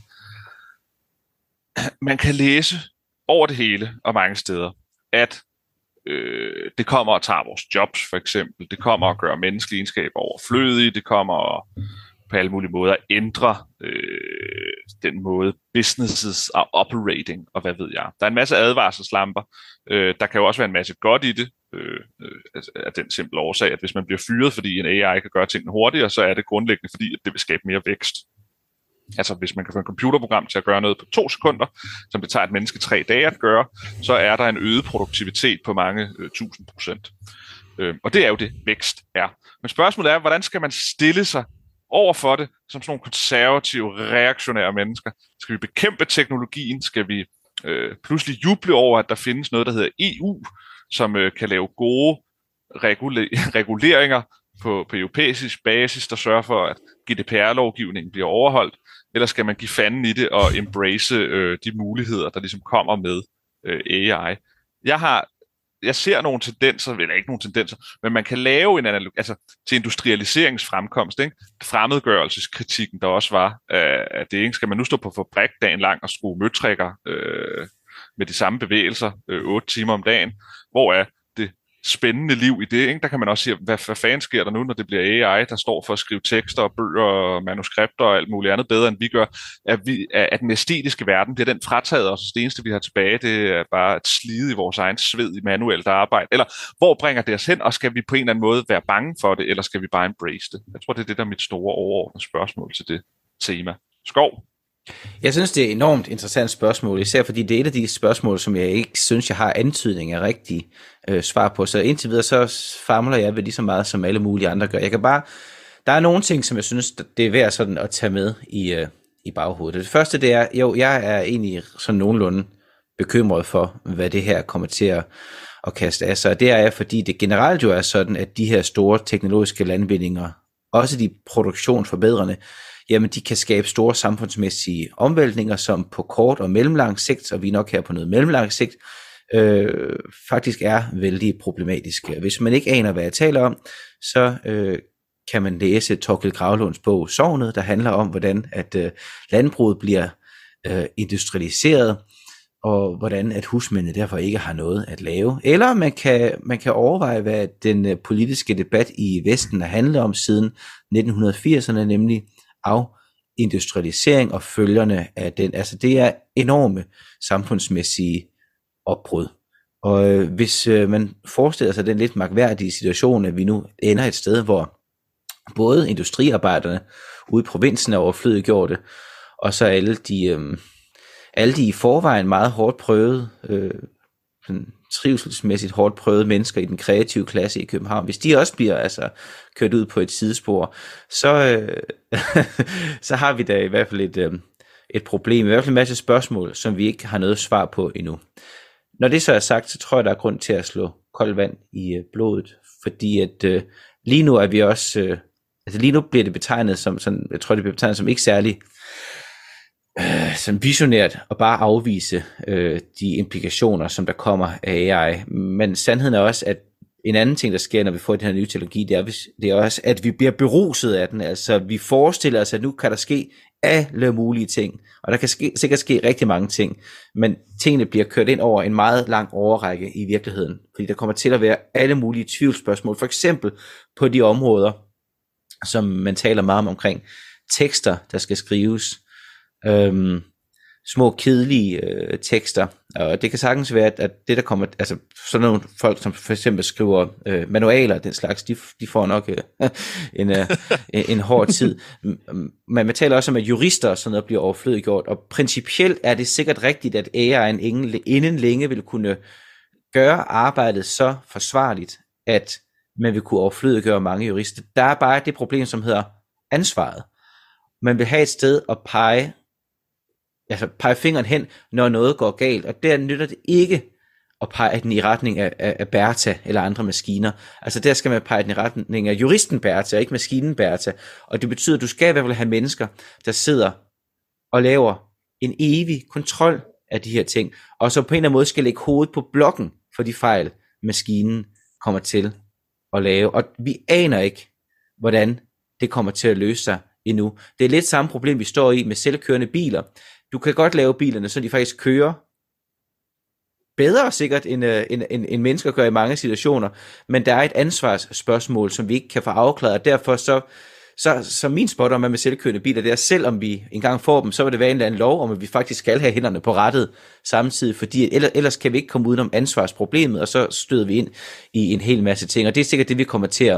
Speaker 2: Man kan læse over det hele og mange steder, at det kommer og tager vores jobs, for eksempel. Det kommer at gøre menneskelige egenskaber overflødige. Det kommer at på alle mulige måder at ændre den måde businesses are operating, og hvad ved jeg. Der er en masse advarselslamper. Der kan jo også være en masse godt i det, af den simple årsag, at hvis man bliver fyret, fordi en AI kan gøre tingene hurtigere, så er det grundlæggende, fordi at det vil skabe mere vækst. Altså hvis man kan få en computerprogram til at gøre noget på 2 sekunder, som det tager et menneske 3 dage at gøre, så er der en øget produktivitet på mange 1000%. Og det er jo det, vækst er. Men spørgsmålet er, hvordan skal man stille sig over for det, som sådan nogle konservative, reaktionære mennesker? Skal vi bekæmpe teknologien? Skal vi pludselig juble over, at der findes noget, der hedder EU, som kan lave gode reguleringer på europæisk basis, der sørger for, at GDPR-lovgivningen bliver overholdt? Eller skal man give fanden i det og embrace de muligheder, der ligesom kommer med AI? Jeg ser nogle tendenser, eller ikke nogle tendenser, men man kan lave en analogi, altså til industrialiseringsfremkomst, ikke? Fremmedgørelseskritikken, der også var, at det ikke skal man nu stå på fabrik dagen lang og skrue møtrikker med de samme bevægelser 8 timer om dagen. Hvor er det spændende liv i det? Ikke? Der kan man også sige, hvad fanden sker der nu, når det bliver AI, der står for at skrive tekster og bøger og manuskripter og alt muligt andet bedre, end vi gør. At den æstetiske verden bliver den frataget os. Det eneste, vi har tilbage, det er bare at slide i vores egen sved i manuelt arbejde. Eller hvor bringer det os hen, og skal vi på en eller anden måde være bange for det, eller skal vi bare embrace det? Jeg tror, det er det, der er mit store overordnede spørgsmål til det tema. Skov?
Speaker 1: Jeg synes, det er et enormt interessant spørgsmål, især fordi det er et af de spørgsmål, som jeg ikke synes, jeg har antydning af rigtig svar på. Så indtil videre, så famler jeg ved lige så meget, som alle mulige andre gør. Der er nogle ting, som jeg synes, det er værd sådan at tage med i baghovedet. Det første, det er, jo, jeg er egentlig sådan nogenlunde bekymret for, hvad det her kommer til at kaste af sig. Det er jeg, fordi det generelt jo er sådan, at de her store teknologiske landvindinger, også de produktionsforbedrende, jamen de kan skabe store samfundsmæssige omvæltninger, som på kort og mellemlang sigt, og vi er nok her på noget mellemlang sigt, faktisk er vældig problematiske. Hvis man ikke aner, hvad jeg taler om, så kan man læse Thorkild Gravlunds bog Sognet, der handler om, hvordan at landbruget bliver industrialiseret, og hvordan at husmændene derfor ikke har noget at lave. Eller man kan overveje, hvad den politiske debat i Vesten har handlet om siden 1980'erne, nemlig afindustrialisering og følgerne af den. Altså det er enorme samfundsmæssige opbrud. Og hvis man forestiller sig den lidt mærkværdige situation, at vi nu ender et sted, hvor både industriarbejderne ude i provinsen er overflødiggjorte, og så alle de i forvejen meget hårdt prøvede, trivselsmæssigt hårdt prøvede mennesker i den kreative klasse i København, hvis de også bliver kørt ud på et sidespor, så har vi da i hvert fald et problem, i hvert fald en masse spørgsmål, som vi ikke har noget svar på endnu. Når det så er sagt, så tror jeg, der er grund til at slå koldt vand i blodet, fordi at lige nu er vi også, lige nu bliver det betegnet som, sådan, jeg tror det bliver betegnet som ikke særlig som visionært at bare afvise de implikationer, som der kommer af AI. Men sandheden er også, at en anden ting, der sker, når vi får den her nye teknologi, det er også, at vi bliver beruset af den. Altså, vi forestiller os, at nu kan der ske alle mulige ting, og der kan sikkert ske rigtig mange ting, men tingene bliver kørt ind over en meget lang overrække i virkeligheden, fordi der kommer til at være alle mulige tvivlsspørgsmål, for eksempel på de områder, som man taler meget omkring tekster, der skal skrives, små kedelige tekster, og det kan sagtens være, at det der kommer, altså sådan nogle folk, som for eksempel skriver manualer, den slags, de får nok en hård tid. Men man taler også om, at jurister og sådan noget bliver overflødiggjort, og principielt er det sikkert rigtigt, at AI'en inden længe vil kunne gøre arbejdet så forsvarligt, at man vil kunne overflødiggøre mange jurister. Der er bare det problem, som hedder ansvaret. Man vil have et sted at pege fingeren hen, når noget går galt, og der nytter det ikke at pege den i retning af Bertha eller andre maskiner. Altså der skal man pege den i retning af juristen Bertha, og ikke maskinen Bertha. Og det betyder, at du skal i hvert fald have mennesker, der sidder og laver en evig kontrol af de her ting, og så på en eller anden måde skal lægge hovedet på blokken for de fejl, maskinen kommer til at lave. Og vi aner ikke, hvordan det kommer til at løse sig endnu. Det er lidt samme problem, vi står i med selvkørende biler. Du kan godt lave bilerne, så de faktisk kører bedre sikkert, end mennesker gør i mange situationer, men der er et ansvarsspørgsmål, som vi ikke kan få afklaret, og derfor så min spot om med selvkørende biler, det er, selvom vi engang får dem, så vil det være en eller anden lov om, at vi faktisk skal have hænderne på rattet samtidig, fordi ellers kan vi ikke komme udenom ansvarsproblemet, og så støder vi ind i en hel masse ting, og det er sikkert det, vi kommer til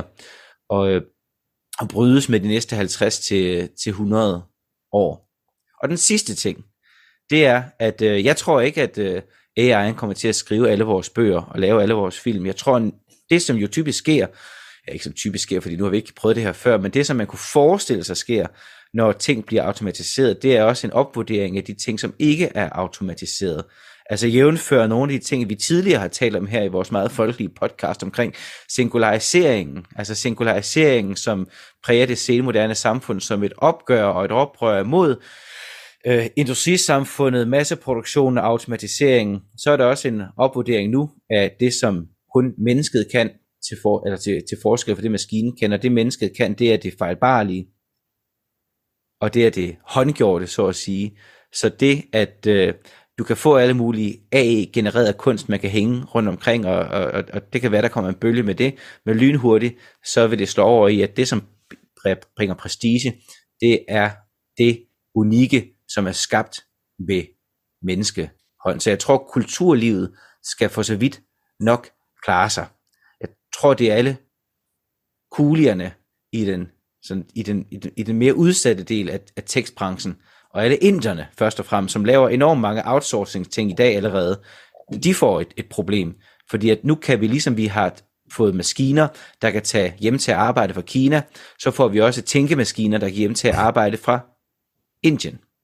Speaker 1: at brydes med de næste 50 til 100 år. Og den sidste ting, det er, at jeg tror ikke, at AI'en kommer til at skrive alle vores bøger og lave alle vores film. Jeg tror, det som jo typisk sker, ikke som typisk sker, fordi nu har vi ikke prøvet det her før, men det som man kunne forestille sig sker, når ting bliver automatiseret, det er også en opvurdering af de ting, som ikke er automatiseret. Altså jævnfør nogle af de ting, vi tidligere har talt om her i vores meget folkelige podcast omkring singulariseringen. Altså singulariseringen, som præger det senmoderne samfund som et opgør og et oprør mod industrisamfundet, masseproduktion og automatisering. Så er der også en opvurdering nu af det, som kun mennesket kan til forskel for det maskinen kan, og det mennesket kan, det er det fejlbarlige, og det er det håndgjorte, så at sige. Så det, at du kan få alle mulige AI-genereret kunst, man kan hænge rundt omkring, og det kan være, der kommer en bølge med det, men lynhurtigt, så vil det slå over i, at det, som bringer prestige, det er det unikke, som er skabt ved menneskehånd. Så jeg tror, kulturlivet skal for så vidt nok klare sig. Jeg tror, det er alle kulierne i den mere udsatte del af tekstbranchen, og alle indierne først og fremmest, som laver enormt mange outsourcing-ting i dag allerede, de får et problem. Fordi at nu kan vi, ligesom vi har fået maskiner, der kan tage hjem til at arbejde fra Kina, så får vi også tænkemaskiner, der kan hjem til at arbejde fra Indien.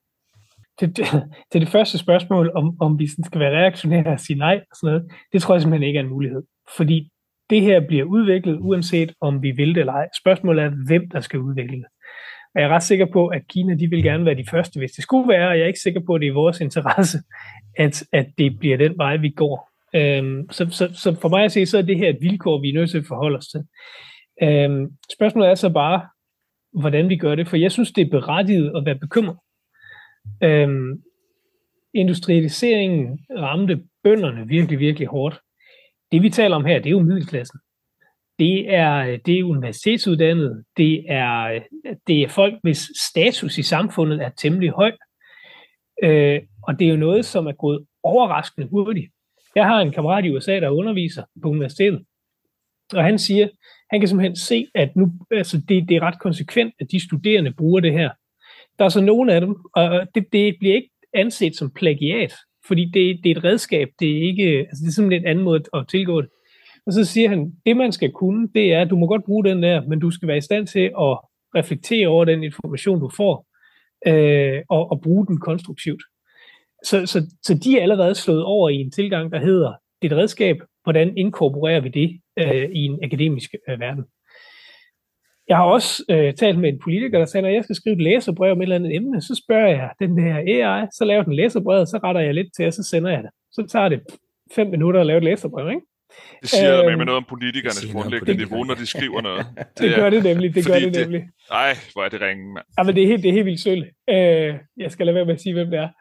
Speaker 3: til det første spørgsmål, om vi sådan skal være reaktionære og sige nej og sådan noget, det tror jeg simpelthen ikke er en mulighed. Fordi det her bliver udviklet, uanset om vi vil det eller ej. Spørgsmålet er, hvem der skal udvikle det. Og jeg er ret sikker på, at Kina de vil gerne være de første, hvis det skulle være, og jeg er ikke sikker på, at det er i vores interesse, at det bliver den vej, vi går. Så for mig at se, så er det her et vilkår, vi er nødt til at forholde os til. Spørgsmålet er så bare, hvordan vi gør det, for jeg synes, det er berettiget at være bekymret. Industrialiseringen ramte bønderne virkelig, virkelig hårdt. Det vi taler om her, det er jo middelklassen. Det er universitetsuddannede, det er folk, hvis status i samfundet er temmelig høj. Og det er jo noget, som er gået overraskende hurtigt. Jeg har en kammerat i USA, der underviser på universitetet, og han siger, han kan simpelthen se, at nu, altså det er ret konsekvent, at de studerende bruger det her. Der er så nogle af dem, og det bliver ikke anset som plagiat, fordi det er et redskab, det er ikke, altså det er simpelthen en anden måde at tilgå det. Og så siger han, det man skal kunne, det er, at du må godt bruge den der, men du skal være i stand til at reflektere over den information, du får, og bruge den konstruktivt. Så de er allerede slået over i en tilgang, der hedder, det er et redskab, hvordan inkorporerer vi det i en akademisk verden. Jeg har også talt med en politiker, der sagde, når jeg skal skrive et læserbrev om et eller andet emne, så spørger jeg den der AI, så laver den læserbrevet, så retter jeg lidt til, og så sender jeg det. Så tager det 5 minutter at lave et læserbrev, ikke?
Speaker 2: Det siger med noget om politikernes grundlæggende niveau, når de skriver noget.
Speaker 3: Det gør det nemlig.
Speaker 2: Ej, hvor er det ringen, mand.
Speaker 3: Ja, men det er helt vildt sølle. Jeg skal lade være med at sige, hvem det er.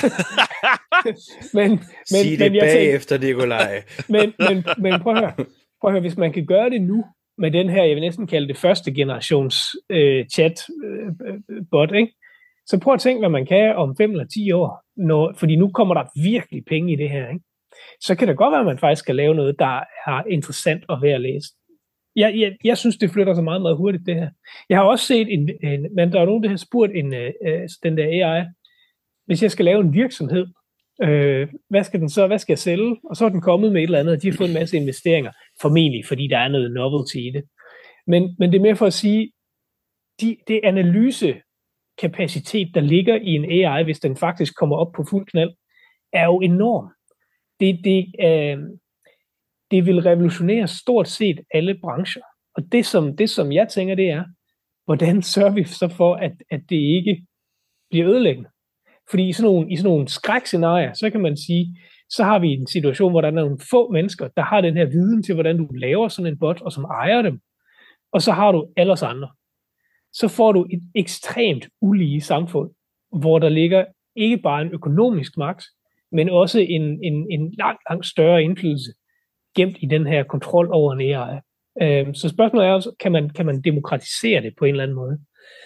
Speaker 1: Sig det bagefter, Nikolaj.
Speaker 3: men prøv at høre, hvis man kan gøre det nu, med den her, jeg vil næsten kalde det første generations chat-bot, ikke? Så prøv at tænke, hvad man kan om 5 eller 10 år, fordi nu kommer der virkelig penge i det her, ikke? Så kan det godt være, at man faktisk skal lave noget, der er interessant og værd at læse. Jeg synes, det flytter så meget, meget hurtigt, det her. Jeg har også set men der er nogen, der har spurgt den der AI, hvis jeg skal lave en virksomhed, hvad skal jeg sælge? Og så er den kommet med et eller andet, og de har fået en masse investeringer, formentlig, fordi der er noget novelty i det. Men det er mere for at sige, det analysekapacitet, der ligger i en AI, hvis den faktisk kommer op på fuld knald, er jo enorm. Det vil revolutionere stort set alle brancher. Og det som jeg tænker, det er, hvordan sørger vi så for, at det ikke bliver ødelæggende? Fordi i sådan nogle skrækscenarier, så kan man sige, så har vi en situation, hvor der er nogle få mennesker, der har den her viden til, hvordan du laver sådan en bot, og som ejer dem. Og så har du alle os andre. Så får du et ekstremt ulige samfund, hvor der ligger ikke bare en økonomisk magt, men også en langt større indflydelse gemt i den her kontrol over en AI. Så spørgsmålet er også, kan man demokratisere det på en eller anden måde?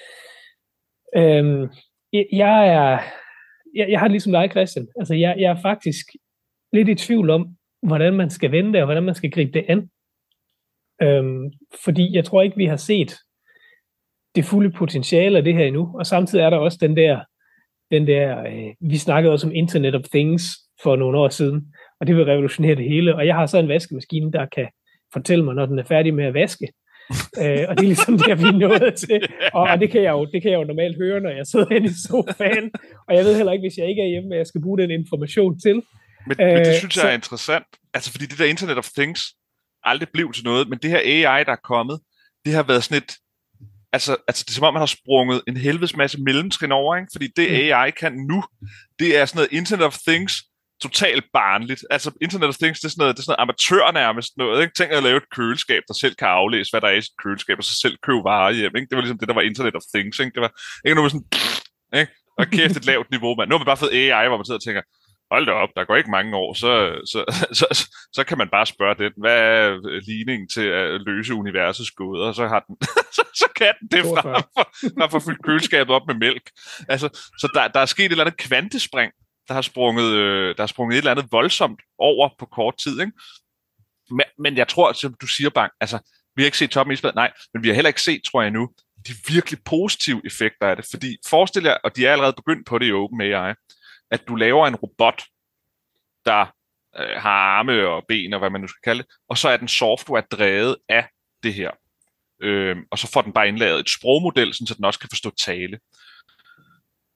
Speaker 3: Jeg har det ligesom dig, Christian. Altså, jeg er faktisk lidt i tvivl om, hvordan man skal vende det, og hvordan man skal gribe det an. Fordi jeg tror ikke, vi har set det fulde potentiale af det her endnu. Og samtidig er der også den der vi snakkede også om Internet of Things for nogle år siden, og det vil revolutionere det hele. Og jeg har så en vaskemaskine, der kan fortælle mig, når den er færdig med at vaske. Og det er ligesom det, vi er nået til. Og det kan jeg jo normalt høre, når jeg sidder inde i sofaen. Og jeg ved heller ikke, hvis jeg ikke er hjemme, at jeg skal bruge den information til.
Speaker 2: Men det synes jeg er interessant. Altså, fordi det der Internet of Things aldrig blev til noget, men det her AI, der er kommet, det har været sådan et... Altså, det er som om, man har sprunget en helvedes masse mellemtrin over, ikke? Fordi det AI kan nu, det er sådan noget Internet of Things, totalt barnligt. Altså, Internet of Things, det er sådan noget amatør nærmest noget, ikke? Tænk at lave et køleskab, der selv kan aflæse, hvad der er i sit køleskab, og så selv købe varer hjem, ikke? Det var ligesom det, der var Internet of Things, ikke? Det var ikke noget sådan, ikke? Og kæft et lavt niveau, mand. Nu har vi bare fået AI, hvor man sidder og tænker, hold da op, der går ikke mange år, så kan man bare spørge den, hvad er ligningen til at løse universets gåder, og så har den, så kan den det fra at få fyldt køleskabet op med mælk. Altså, så der er sket et eller andet kvantespring, der har sprunget et eller andet voldsomt over på kort tid, ikke? Men jeg tror, som du siger, Bang, altså, vi har ikke set toppen i isbad, nej, men vi har heller ikke set, tror jeg nu, de virkelig positive effekter af det, fordi forestil jer, og de er allerede begyndt på det i OpenAI, at du laver en robot, der har arme og ben, og hvad man nu skal kalde det, og så er den software drevet af det her. Og så får den bare indlaget et sprogmodel, så den også kan forstå tale.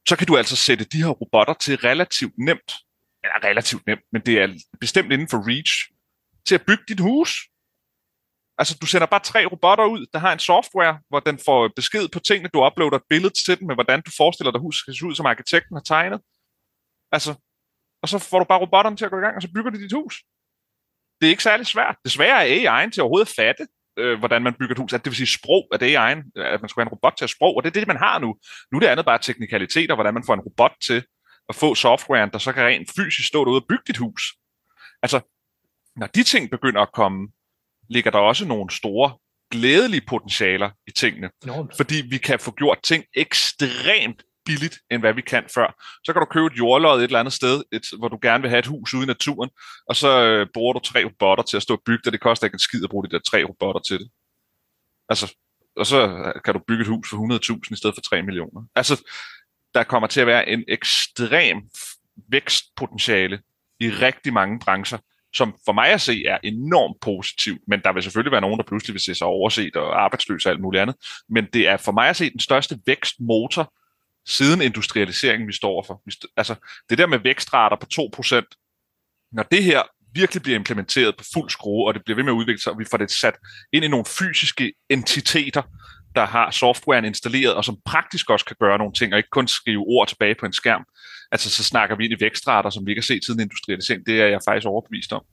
Speaker 2: så kan du altså sætte de her robotter til relativt nemt, men det er bestemt inden for reach, til at bygge dit hus. Altså, du sender bare 3 robotter ud, der har en software, hvor den får besked på tingene, du uploader et billede til den, med hvordan du forestiller dig, huset skal se ud, som arkitekten har tegnet. Altså, og så får du bare robotterne til at gå i gang, og så bygger de dit hus. Det er ikke særlig svært. Det svære er AI'en til overhovedet at fatte, hvordan man bygger et hus. Det vil sige sprog, at AI'en, at man skal have en robot til at sprog, og det er det, man har nu. Nu er det andet bare teknikaliteter, hvordan man får en robot til at få softwaren, der så kan rent fysisk stå derude og bygge dit hus. Altså, når de ting begynder at komme, ligger der også nogle store, glædelige potentialer i tingene. Fordi vi kan få gjort ting ekstremt billigt, end hvad vi kan før. Så kan du købe et jordlod et eller andet sted, hvor du gerne vil have et hus ude i naturen, og så bruger du 3 robotter til at stå og bygge det. Det koster ikke en skid at bruge de der 3 robotter til det. Altså, og så kan du bygge et hus for 100.000 i stedet for 3 millioner. Altså, der kommer til at være en ekstrem vækstpotentiale i rigtig mange brancher, som for mig at se er enormt positivt, men der vil selvfølgelig være nogen, der pludselig vil se sig overset og arbejdsløs og alt muligt andet. Men det er for mig at se den største vækstmotor siden industrialiseringen, vi står for. Altså, det der med vækstrater på 2%, når det her virkelig bliver implementeret på fuld skrue, og det bliver ved med at udvikle sig, og vi får det sat ind i nogle fysiske entiteter, der har softwaren installeret, og som praktisk også kan gøre nogle ting, og ikke kun skrive ord tilbage på en skærm. Altså, så snakker vi ind i vækstrater, som vi ikke har set siden industrialisering. Det er jeg faktisk overbevist om.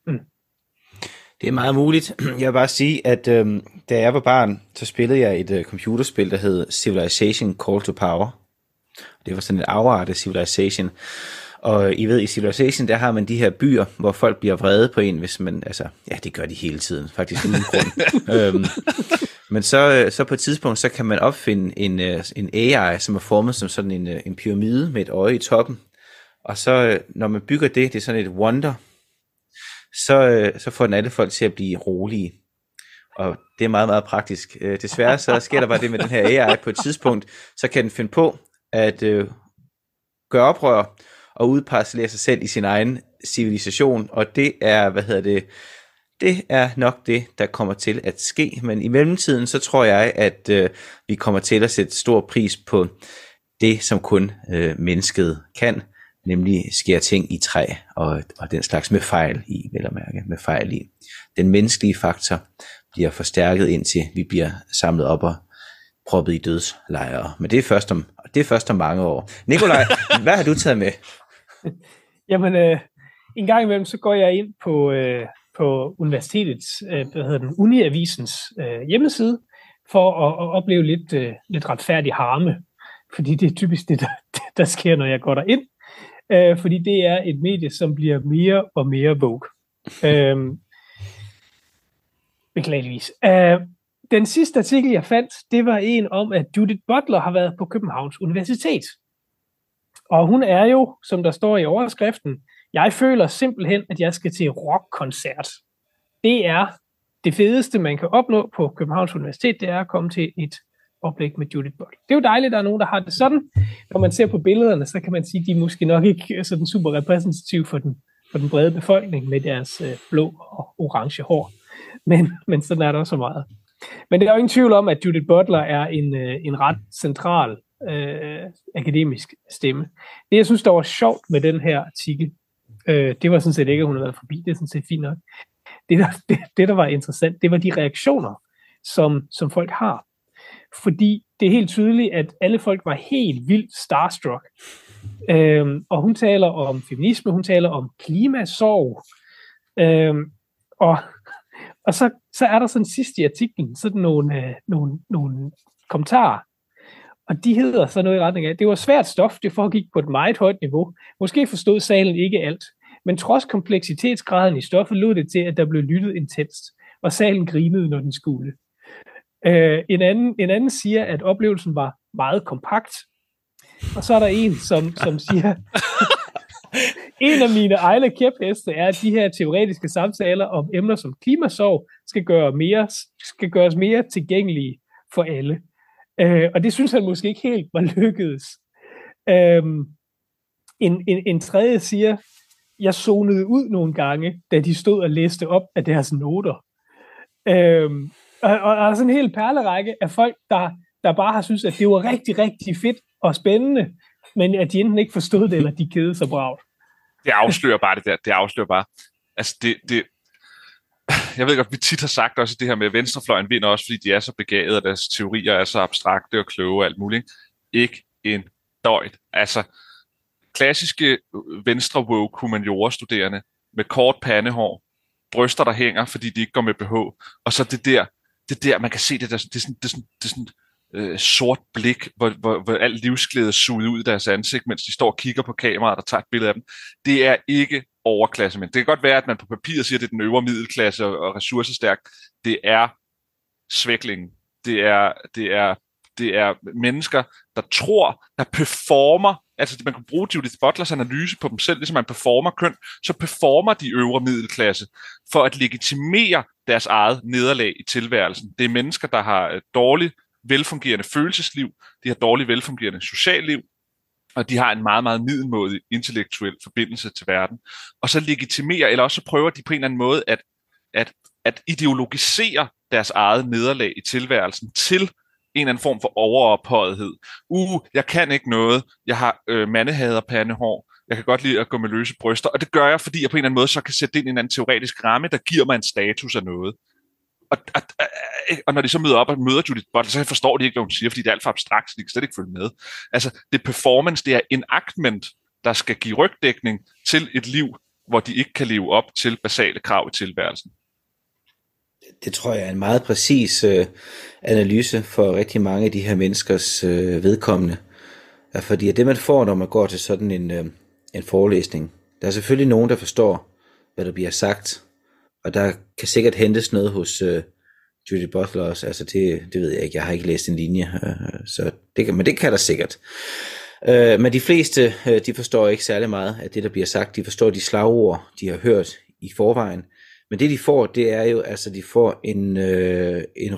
Speaker 1: Det er meget muligt. Jeg vil bare sige, at da jeg var barn, så spillede jeg et computerspil, der hed Civilization Call to Power. Det var sådan et afart af Civilization. Og I ved, i Civilization, der har man de her byer, hvor folk bliver vrede på en, hvis man, altså, ja, det gør de hele tiden, faktisk uden grund. Men så på et tidspunkt, så kan man opfinde en AI, som er formet som sådan en pyramide med et øje i toppen. Og så, når man bygger det er sådan et wonder, så får den alle folk til at blive rolige. Og det er meget, meget praktisk. Desværre så sker der bare det med den her AI på et tidspunkt, så kan den finde på at gøre oprør og udparcellere sig selv i sin egen civilisation. Og det er, det er nok det, der kommer til at ske. Men i mellemtiden, så tror jeg, at vi kommer til at sætte stor pris på det, som kun mennesket kan, nemlig skære ting i træ og den slags med fejl i, vel at mærke, med fejl i. Den menneskelige faktor bliver forstærket indtil vi bliver samlet op og proppet i dødslejre. Men det er først om mange år. Nikolaj, hvad har du taget med?
Speaker 3: Jamen, en gang imellem, så går jeg ind på universitetets, Uniavisens hjemmeside, for at opleve lidt retfærdig harme. Fordi det er typisk det, der sker, når jeg går derind. Fordi det er et medie, som bliver mere og mere woke. Beklageligvis. Den sidste artikel, jeg fandt, det var en om, at Judith Butler har været på Københavns Universitet. Og hun er jo, som der står i overskriften, jeg føler simpelthen, at jeg skal til rockkoncert. Det er det fedeste, man kan opnå på Københavns Universitet, det er at komme til et oplæg med Judith Butler. Det er jo dejligt, at der er nogen, der har det sådan. Når man ser på billederne, så kan man sige, at de er måske nok ikke sådan super repræsentative for den brede befolkning med deres blå og orange hår. Men sådan er der også meget. Men det er jo ingen tvivl om, at Judith Butler er en ret central akademisk stemme. Det, jeg synes, der var sjovt med den her artikel, det var sådan set ikke, at hun havde været forbi. Det er sådan set fint nok. Det, der var interessant, det var de reaktioner, som folk har. Fordi det er helt tydeligt, at alle folk var helt vildt starstruck. Og hun taler om feminisme, hun taler om klimasorg. Og så er der sådan sidst i artiklen sådan nogle kommentarer. Og de hedder så noget i retning af, det var svært stof, det foregik på et meget højt niveau. Måske forstod salen ikke alt, men trods kompleksitetsgraden i stoffet lod det til, at der blev lyttet intenst, og salen grinede, når den skulle. En anden siger, at oplevelsen var meget kompakt. Og så er der en, som siger, en af mine egne kæpheste er, at de her teoretiske samtaler om emner som klimasorg skal gøres mere tilgængelige for alle. Og det synes han måske ikke helt var lykkedes. En tredje siger, jeg zonede ud nogle gange, da de stod og læste op af deres noter. Og sådan en hel perlerække af folk, der bare har synes, at det var rigtig, rigtig fedt og spændende, Men at de enten ikke forstod det, eller de kedede sig bragt.
Speaker 2: Det afslører bare det der. Det afslører bare. Altså, jeg ved godt, vi tit har sagt også det her med, at venstrefløjen vinder også, fordi de er så begavede, og deres teorier er så abstrakte og kloge og alt muligt. Ikke en døjt. Altså, klassiske venstre woke humaniora-studerende med kort pandehår, bryster, der hænger, fordi de ikke går med BH, og så det der, man kan se det der, det er sådan sort blik, hvor alt livsglæde er suget ud i deres ansigt, mens de står og kigger på kameraet og tager et billede af dem. Det er ikke overklasse, men det kan godt være, at man på papiret siger, at det er den øvre middelklasse og ressourcestærk. Det er svæklingen. Det er mennesker, der tror, der performer, altså man kan bruge Judith Butlers analyse på dem selv, ligesom man performer køn, så performer de øvre middelklasse for at legitimere deres eget nederlag i tilværelsen. Det er mennesker, der har dårligt velfungerende følelsesliv, de har dårligt velfungerende socialliv, og de har en meget, meget middelmådig intellektuel forbindelse til verden. Og så legitimerer, eller også så prøver de på en eller anden måde at ideologisere deres eget nederlag i tilværelsen til en eller anden form for overophøjethed. Jeg kan ikke noget, jeg har mandehader pandehår, jeg kan godt lide at gå med løse bryster, og det gør jeg, fordi jeg på en eller anden måde så kan sætte det ind i en anden teoretisk ramme, der giver mig en status af noget. Og når de så møder op og møder Judith Butler, så forstår de ikke, hvad hun siger, fordi det er alt for abstrakt, så de kan slet ikke følge med. Altså, det performance, det er enactment, der skal give rygdækning til et liv, hvor de ikke kan leve op til basale krav i tilværelsen.
Speaker 1: Det tror jeg er en meget præcis analyse for rigtig mange af de her menneskers vedkommende. Fordi det, man får, når man går til sådan en forelæsning, der er selvfølgelig nogen, der forstår, hvad der bliver sagt, og der kan sikkert hentes noget hos Judith Butler også. Altså det ved jeg ikke, jeg har ikke læst en linje, men det kan der sikkert. Men de fleste, de forstår ikke særlig meget af det, der bliver sagt. De forstår de slagord, de har hørt i forvejen. Men det de får, det er jo, altså de får en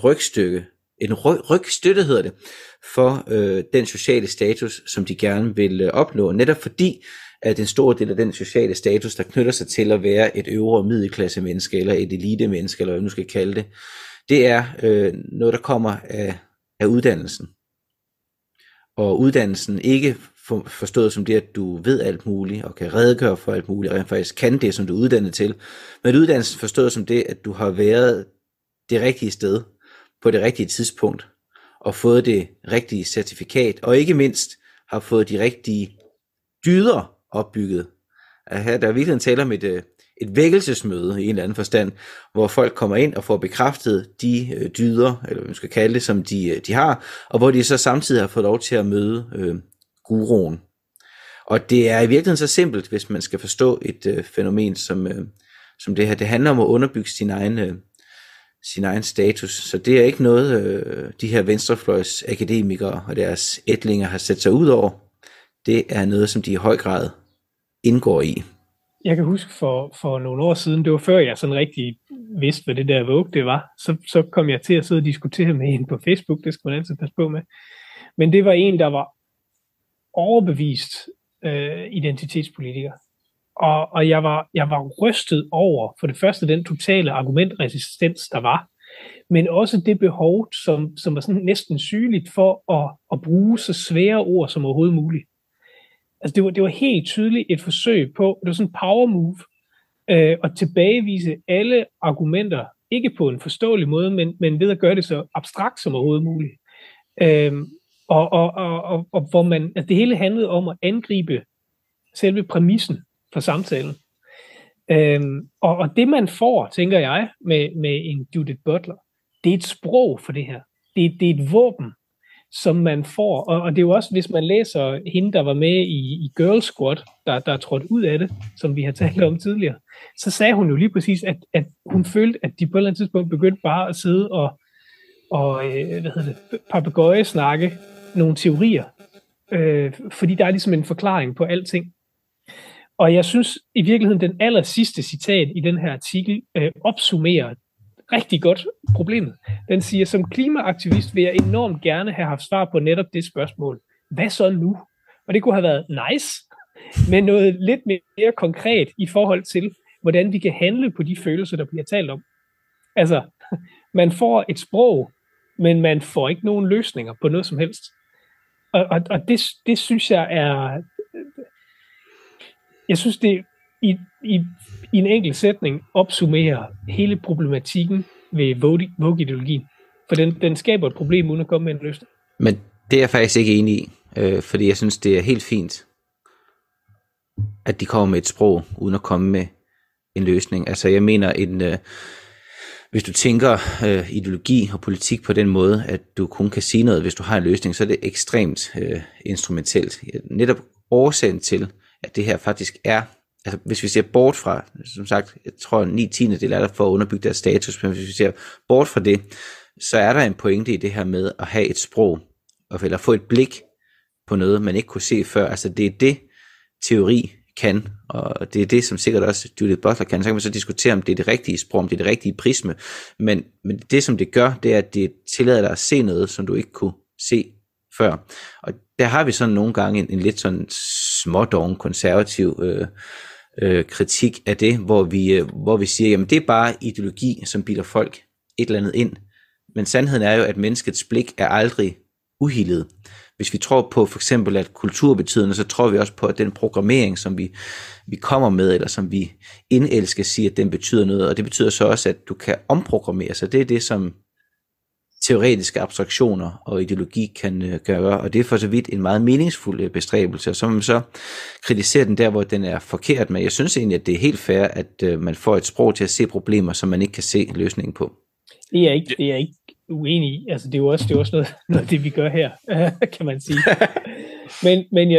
Speaker 1: rygstøtte hedder det, for den sociale status, som de gerne vil opnå. Netop fordi, at en stor del af den sociale status, der knytter sig til at være et øvre middelklasse menneske, eller et elite menneske, eller hvad man nu skal kalde det, det er noget, der kommer af uddannelsen. Og uddannelsen ikke forstået som det, at du ved alt muligt, og kan redegøre for alt muligt, og rent faktisk kan det, som du er uddannet til. Men uddannelsen forstået som det, at du har været det rigtige sted, på det rigtige tidspunkt, og fået det rigtige certifikat, og ikke mindst har fået de rigtige dyder opbygget. Her der er virkelig tale om et vækkelsesmøde i en eller anden forstand, hvor folk kommer ind og får bekræftet de dyder, eller hvad man skal kalde det, som de har, og hvor de så samtidig har fået lov til at møde guruen. Og det er i virkeligheden så simpelt, hvis man skal forstå et fænomen som det her. Det handler om at underbygge sin egen status. Så det er ikke noget, de her venstrefløjs akademikere og deres ætlinger har sat sig ud over. Det er noget, som de i høj grad indgår i.
Speaker 3: Jeg kan huske for nogle år siden, det var før jeg sådan rigtig vidste, hvad det der Vogue det var, så kom jeg til at sidde og diskutere med en på Facebook, det skal man altid passe på med. Men det var en, der var overbevist identitetspolitiker. Og jeg var rystet over, for det første, den totale argumentresistens, der var, men også det behov, som var sådan næsten sygeligt for at bruge så svære ord som overhovedet muligt. Altså det var helt tydeligt et forsøg på, det var sådan en power move, at tilbagevise alle argumenter, ikke på en forståelig måde, men ved at gøre det så abstrakt som overhovedet muligt. Og hvor man, altså det hele handlede om at angribe selve præmissen for samtalen. Og det man får, tænker jeg, med en Judith Butler, det er et sprog for det her. Det er et våben, som man får. Og det er jo også, hvis man læser hende, der var med i Girl Squad, der er trådt ud af det, som vi har talt om tidligere, så sagde hun jo lige præcis, at hun følte, at de på et eller andet tidspunkt begyndte bare at sidde og papegøjesnakke nogle teorier. Fordi der er ligesom en forklaring på alting. Og jeg synes i virkeligheden, den aller sidste citat i den her artikel opsummerer rigtig godt problemet. Den siger, som klimaaktivist vil jeg enormt gerne have haft svar på netop det spørgsmål. Hvad så nu? Og det kunne have været nice, men noget lidt mere konkret i forhold til, hvordan vi kan handle på de følelser, der bliver talt om. Altså, man får et sprog, men man får ikke nogen løsninger på noget som helst. Og det synes jeg er... Jeg synes, det i en enkelt sætning opsummerer hele problematikken ved woke-ideologien. For den skaber et problem, uden at komme med en løsning.
Speaker 1: Men det er jeg faktisk ikke enig i, fordi jeg synes, det er helt fint, at de kommer med et sprog, uden at komme med en løsning. Altså jeg mener, hvis du tænker ideologi og politik på den måde, at du kun kan sige noget, hvis du har en løsning, så er det ekstremt instrumentelt. Netop årsagen til, at det her faktisk er, altså hvis vi ser bort fra, som sagt, jeg tror 9/10 er der for at underbygge deres status, men hvis vi ser bort fra det, så er der en pointe i det her med at have et sprog, eller få et blik på noget, man ikke kunne se før. Altså det er det, teori kan, og det er det, som sikkert også Judith Butler kan. Så kan man så diskutere, om det er det rigtige sprog, om det er det rigtige prisme, men det, som det gør, det er, at det tillader dig at se noget, som du ikke kunne se før. Og der har vi sådan nogle gange en lidt sådan smådoven konservativ kritik af det, hvor vi siger, jamen det er bare ideologi, som bilder folk et eller andet ind. Men sandheden er jo, at menneskets blik er aldrig uhildet. Hvis vi tror på for eksempel, at kultur betyder noget, så tror vi også på, at den programmering, som vi kommer med, eller som vi indelsker, siger, at den betyder noget. Og det betyder så også, at du kan omprogrammere. Så det er det, som teoretiske abstraktioner og ideologi kan gøre. Og det er for så vidt en meget meningsfuld bestræbelse. Og så må man så kritisere den der, hvor den er forkert. Men jeg synes egentlig, at det er helt fair, at man får et sprog til at se problemer, som man ikke kan se løsningen på.
Speaker 3: Det er jeg ikke uenig i. Altså, det er jo også noget af det, vi gør her, kan man sige. Men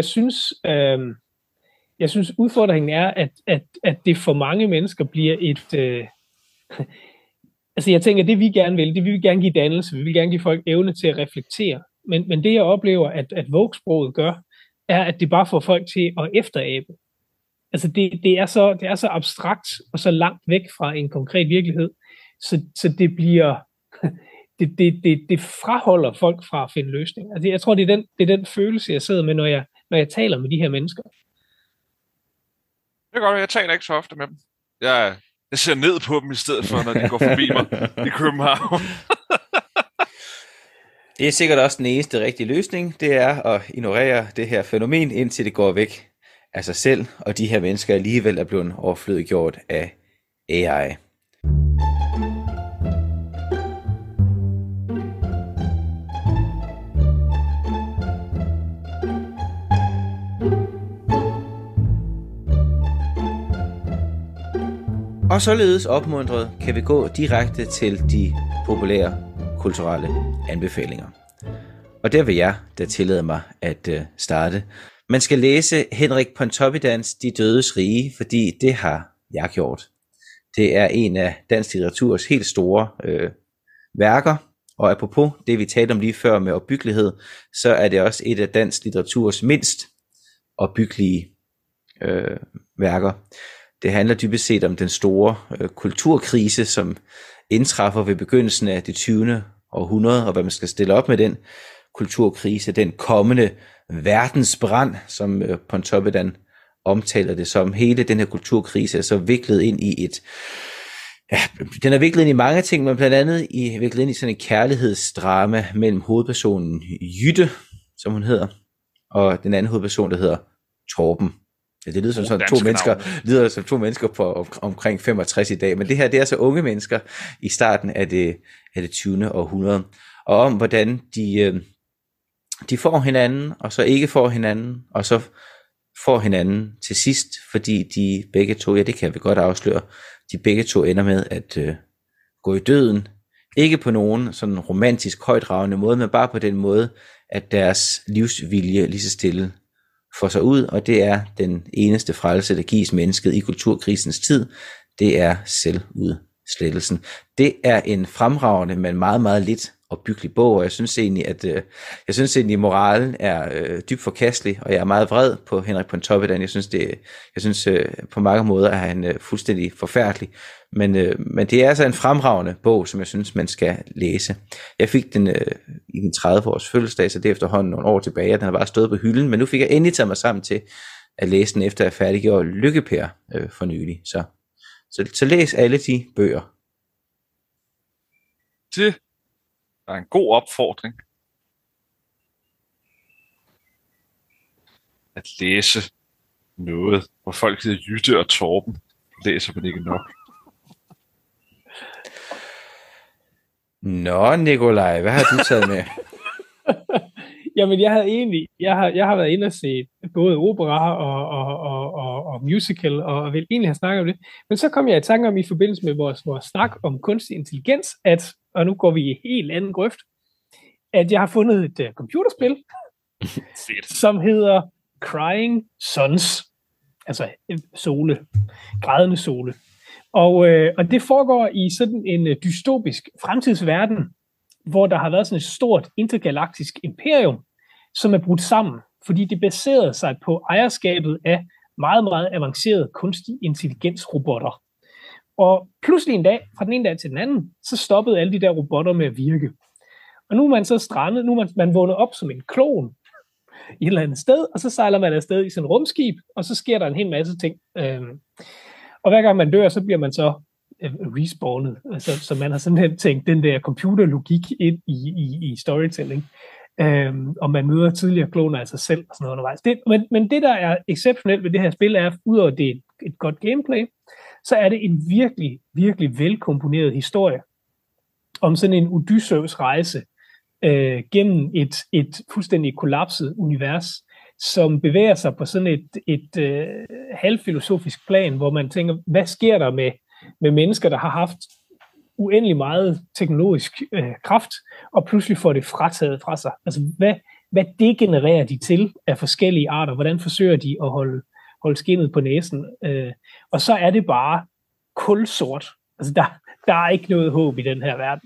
Speaker 3: jeg synes udfordringen er, at det for mange mennesker bliver et... altså, jeg tænker, det vi gerne vil, det vi vil gerne give dannelse, vi vil gerne give folk evne til at reflektere. Men det, jeg oplever, at woke-sproget gør, er, at det bare får folk til at efterabe. Altså, det er så abstrakt og så langt væk fra en konkret virkelighed, så det bliver... Det fraholder folk fra at finde løsninger. Altså, jeg tror, det er den følelse, jeg sidder med, når jeg taler med de her mennesker.
Speaker 2: Det er godt, jeg taler ikke så ofte med dem. Jeg ser ned på dem i stedet for, når de går forbi mig i København.
Speaker 1: Det er sikkert også den eneste rigtige løsning, det er at ignorere det her fænomen, indtil det går væk af sig selv, og de her mennesker alligevel er blevet overflødiggjort af AI. Og således opmuntret kan vi gå direkte til de populære kulturelle anbefalinger. Og der vil jeg da tillade mig at starte. Man skal læse Henrik Pontoppidans De Dødes Rige, fordi det har jeg gjort. Det er en af dansk litteraturs helt store værker, og apropos det vi talte om lige før med opbyggelighed, så er det også et af dansk litteraturs mindst opbyggelige værker. Det handler dybest set om den store kulturkrise, som indtræffer ved begyndelsen af det 20. århundrede, og hvad man skal stille op med den kulturkrise, den kommende verdensbrand, som Pontoppidan omtaler det som. Hele den her kulturkrise er så viklet ind i den er viklet ind i mange ting, men blandt andet viklet ind i sådan et kærlighedsdrama mellem hovedpersonen Jytte, som hun hedder, og den anden hovedperson, der hedder Torben. Ja, det lyder som sådan to mennesker på omkring 65 i dag, men det her, det er så unge mennesker i starten af det 20. århundrede, og om hvordan de får hinanden, og så ikke får hinanden, og så får hinanden til sidst, fordi de begge to, ja det kan vi godt afsløre, de begge to ender med at gå i døden, ikke på nogen sådan romantisk højdragende måde, men bare på den måde, at deres livsvilje lige så stille får sig ud, og det er den eneste frelse, der gives mennesket i kulturkrisens tid, det er selvudslettelsen. Det er en fremragende, men meget, meget lidt opbyggelig bog, og jeg synes egentlig, at moralen er dybt forkastelig, og jeg er meget vred på Henrik Pontoppidan. Jeg synes på mange måder er han fuldstændig forfærdelig, men det er altså en fremragende bog, som jeg synes, man skal læse. Jeg fik den i min 30-års fødselsdag, så det er efterhånden nogle år tilbage, og den har bare stået på hylden, men nu fik jeg endelig taget mig sammen til at læse den, efter jeg færdiggjorde Lykke-Per for nylig. Så læs alle de bøger.
Speaker 2: Det er en god opfordring. at læse noget, hvor folk hedder Jytte og Torben. Læser man ikke nok.
Speaker 1: Nå, Nikolaj, hvad har du taget med?
Speaker 3: Jamen, jeg har været inde og set både opera og musical, og vil egentlig have snakket om det. Men så kom jeg i tanke om i forbindelse med vores snak om kunstig intelligens, og nu går vi i helt anden grøft, at jeg har fundet et computerspil, som hedder Crying Suns. Altså sole, grædende sole. Og det foregår i sådan en dystopisk fremtidsverden, hvor der har været sådan et stort intergalaktisk imperium, som er brudt sammen, fordi det baserede sig på ejerskabet af meget, meget avancerede kunstig intelligensrobotter. Og pludselig en dag, fra den ene dag til den anden, så stoppede alle de der robotter med at virke. Og nu er man så strandet, nu er man vågnet op som en klon i et eller andet sted, og så sejler man afsted i sådan et rumskib, og så sker der en hel masse ting. Og hver gang man dør, så bliver man så respawnet. Altså, så man har simpelthen tænkt den der computerlogik ind i storytelling. Og man møder tidligere kloner af sig selv og sådan noget undervejs. Men det, der er exceptionelt ved det her spil, er, udover det er et godt gameplay, så er det en virkelig, virkelig velkomponeret historie om sådan en Odysseus rejse gennem et fuldstændig kollapset univers, som bevæger sig på sådan et halvfilosofisk plan, hvor man tænker, hvad sker der med mennesker, der har haft uendelig meget teknologisk kraft, og pludselig får det frataget fra sig. Altså, hvad degenererer de til af forskellige arter? Hvordan forsøger de at holde skindet på næsen? Og så er det bare kulsort. Altså, der er ikke noget håb i den her verden.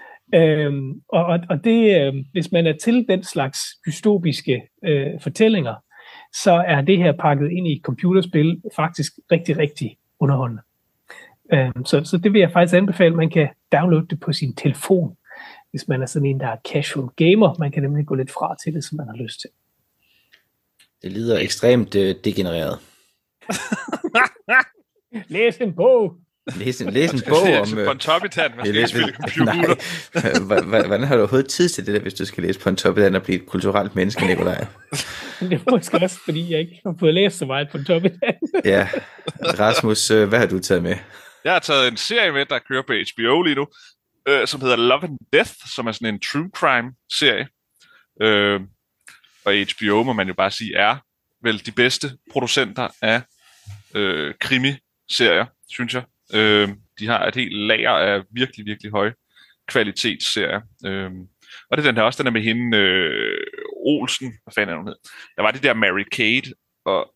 Speaker 3: Og det, hvis man er til den slags dystopiske fortællinger, så er det her pakket ind i et computerspil faktisk rigtig, rigtig underholdende. Så det vil jeg faktisk anbefale. Man kan downloade det på sin telefon, hvis man er sådan en, der er casual gamer. Man kan nemlig gå lidt fra til det, som man har lyst til.
Speaker 1: Det lyder ekstremt degenereret.
Speaker 3: Læs en bog!
Speaker 1: Læs en bog om...
Speaker 2: Pontoppidan, man skal spille computer.
Speaker 1: Hvordan har du overhovedet tid til det der, hvis du skal læse Pontoppidan og blive et kulturelt menneske, Nikolaj?
Speaker 3: Det er måske også, fordi jeg ikke har fået læst så meget Pontoppidan.
Speaker 1: Ja. Rasmus, hvad har du taget med?
Speaker 2: Jeg har taget en serie med, der kører på HBO lige nu, som hedder Love and Death, som er sådan en true crime-serie. Og HBO, må man jo bare sige, er vel de bedste producenter af krimiserier, synes jeg. De har et helt lager af virkelig, virkelig høje kvalitetsserier. Og det er den her også, den er med hende Olsen, hvad fanden er hun hed? Der var de der Mary-Kate og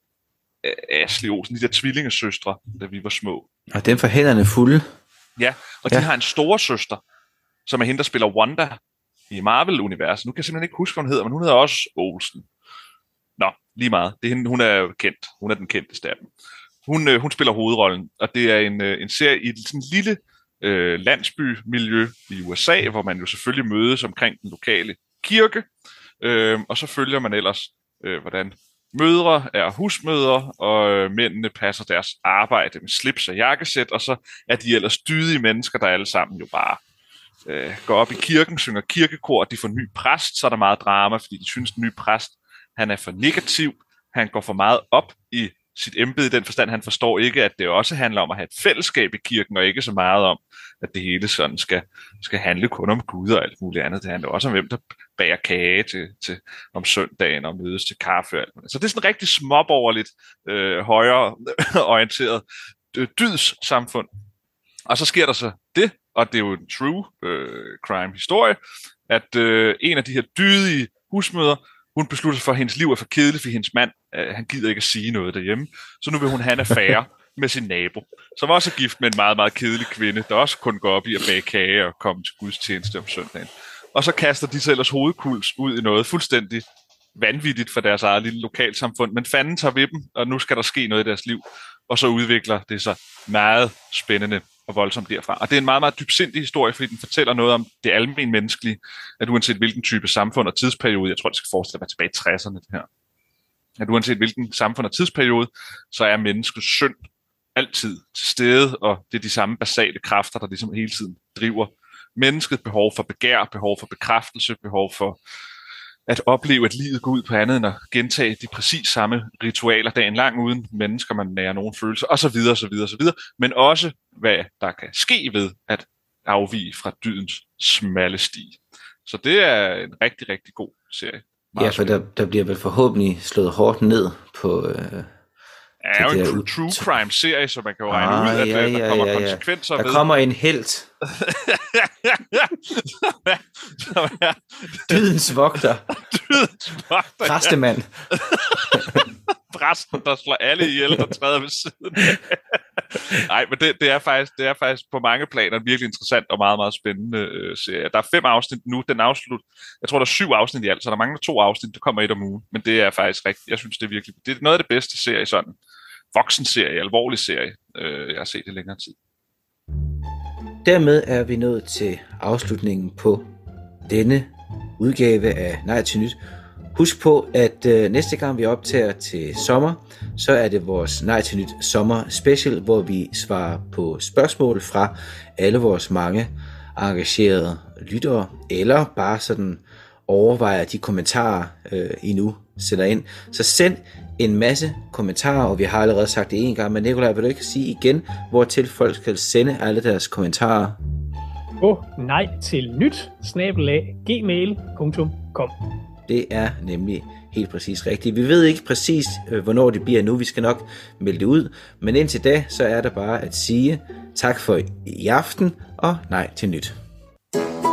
Speaker 2: Ashley Olsen, de der tvillingesøstre, da vi var små.
Speaker 1: Og den for hænderne fulde.
Speaker 2: Ja, og de har en store søster, som er hende, der spiller Wanda i Marvel-universet. Nu kan jeg simpelthen ikke huske, hvad hun hedder, men hun hedder også Olsen. Nå, lige meget. Det er hende, hun er kendt. Hun er den kendteste af dem. Hun spiller hovedrollen, og det er en serie i sådan en lille landsbymiljø i USA, hvor man jo selvfølgelig mødes omkring den lokale kirke, og så følger man ellers, hvordan mødre er husmødre, og mændene passer deres arbejde med slips og jakkesæt, og så er de ellers dydige mennesker, der alle sammen jo bare går op i kirken, synger kirkekor, og de får en ny præst, så er der meget drama, fordi de synes, den nye præst, han er for negativ, han går for meget op i sit embede i den forstand, han forstår ikke, at det også handler om at have et fællesskab i kirken, og ikke så meget om, at det hele sådan skal handle kun om Gud og alt muligt andet. Det handler også om, hvem der bager kage til om søndagen og mødes til kaffe og alt muligt. Så det er sådan rigtig småborgerligt, højere orienteret dydssamfund. Og så sker der så det, og det er jo en true crime historie, at en af de her dydige husmødre, hun beslutter sig for, at hendes liv er for kedeligt, fordi hendes mand, han gider ikke at sige noget derhjemme. Så nu vil hun have en affære med sin nabo, som også er gift med en meget, meget kedelig kvinde, der også kun går op i at bage kage og komme til gudstjeneste om søndagen. Og så kaster de sig ellers hovedkuls ud i noget fuldstændig vanvittigt for deres eget lille lokalsamfund. Men fanden tager ved dem, og nu skal der ske noget i deres liv. Og så udvikler det sig meget spændende og voldsomt derfra. Og det er en meget, meget dybsindig historie, fordi den fortæller noget om det almen menneskelige, at uanset hvilken type samfund og tidsperiode, jeg tror, det skal forestille at være tilbage i 60'erne, det her, at uanset hvilken samfund og tidsperiode, så er menneskets synd altid til stede, og det er de samme basale kræfter, der ligesom hele tiden driver mennesket. Behov for begær, behov for bekræftelse, behov for at opleve, at livet går ud på andet end at gentage de præcis samme ritualer dagen lang, uden mennesker, man nærer nogen følelser, osv., osv. Men også, hvad der kan ske ved at afvige fra dydens smalle sti. Så det er en rigtig, rigtig god serie.
Speaker 1: Ja, for der bliver vel forhåbentlig slået hårdt ned på...
Speaker 2: Det er jo en true crime-serie, så man kan jo regne ud, at der kommer konsekvenser ved.
Speaker 1: Der kommer en helt. Dydens vogter. Præstemand.
Speaker 2: Præsten, der slår alle ihjel, der træder ved siden. Nej, men det er faktisk på mange planer en virkelig interessant og meget, meget spændende serie. Der er 5 afsnit nu, den afslut. Jeg tror, der er 7 afsnit i alt, så der mangler 2 afsnit, der kommer 1 om ugen. Men det er faktisk rigtigt. Jeg synes, det er noget af det bedste serie, sådan voksenserie, alvorlig serie, jeg har set i længere tid.
Speaker 1: Dermed er vi nået til afslutningen på denne udgave af Nej til Nyt. Husk på, at næste gang vi optager til sommer, så er det vores Nej til Nyt sommer special, hvor vi svarer på spørgsmål fra alle vores mange engagerede lyttere, eller bare sådan overvejer de kommentarer, I nu sender ind. Så send en masse kommentarer, og vi har allerede sagt det en gang, men Nikolaj, vil du ikke sige igen, hvortil folk skal sende alle deres kommentarer?
Speaker 3: Nej til nyt@gmail.com.
Speaker 1: Det er nemlig helt præcis rigtigt. Vi ved ikke præcis, hvornår det bliver nu. Vi skal nok melde det ud. Men indtil da, så er der bare at sige tak for i aften, og nej til nyt.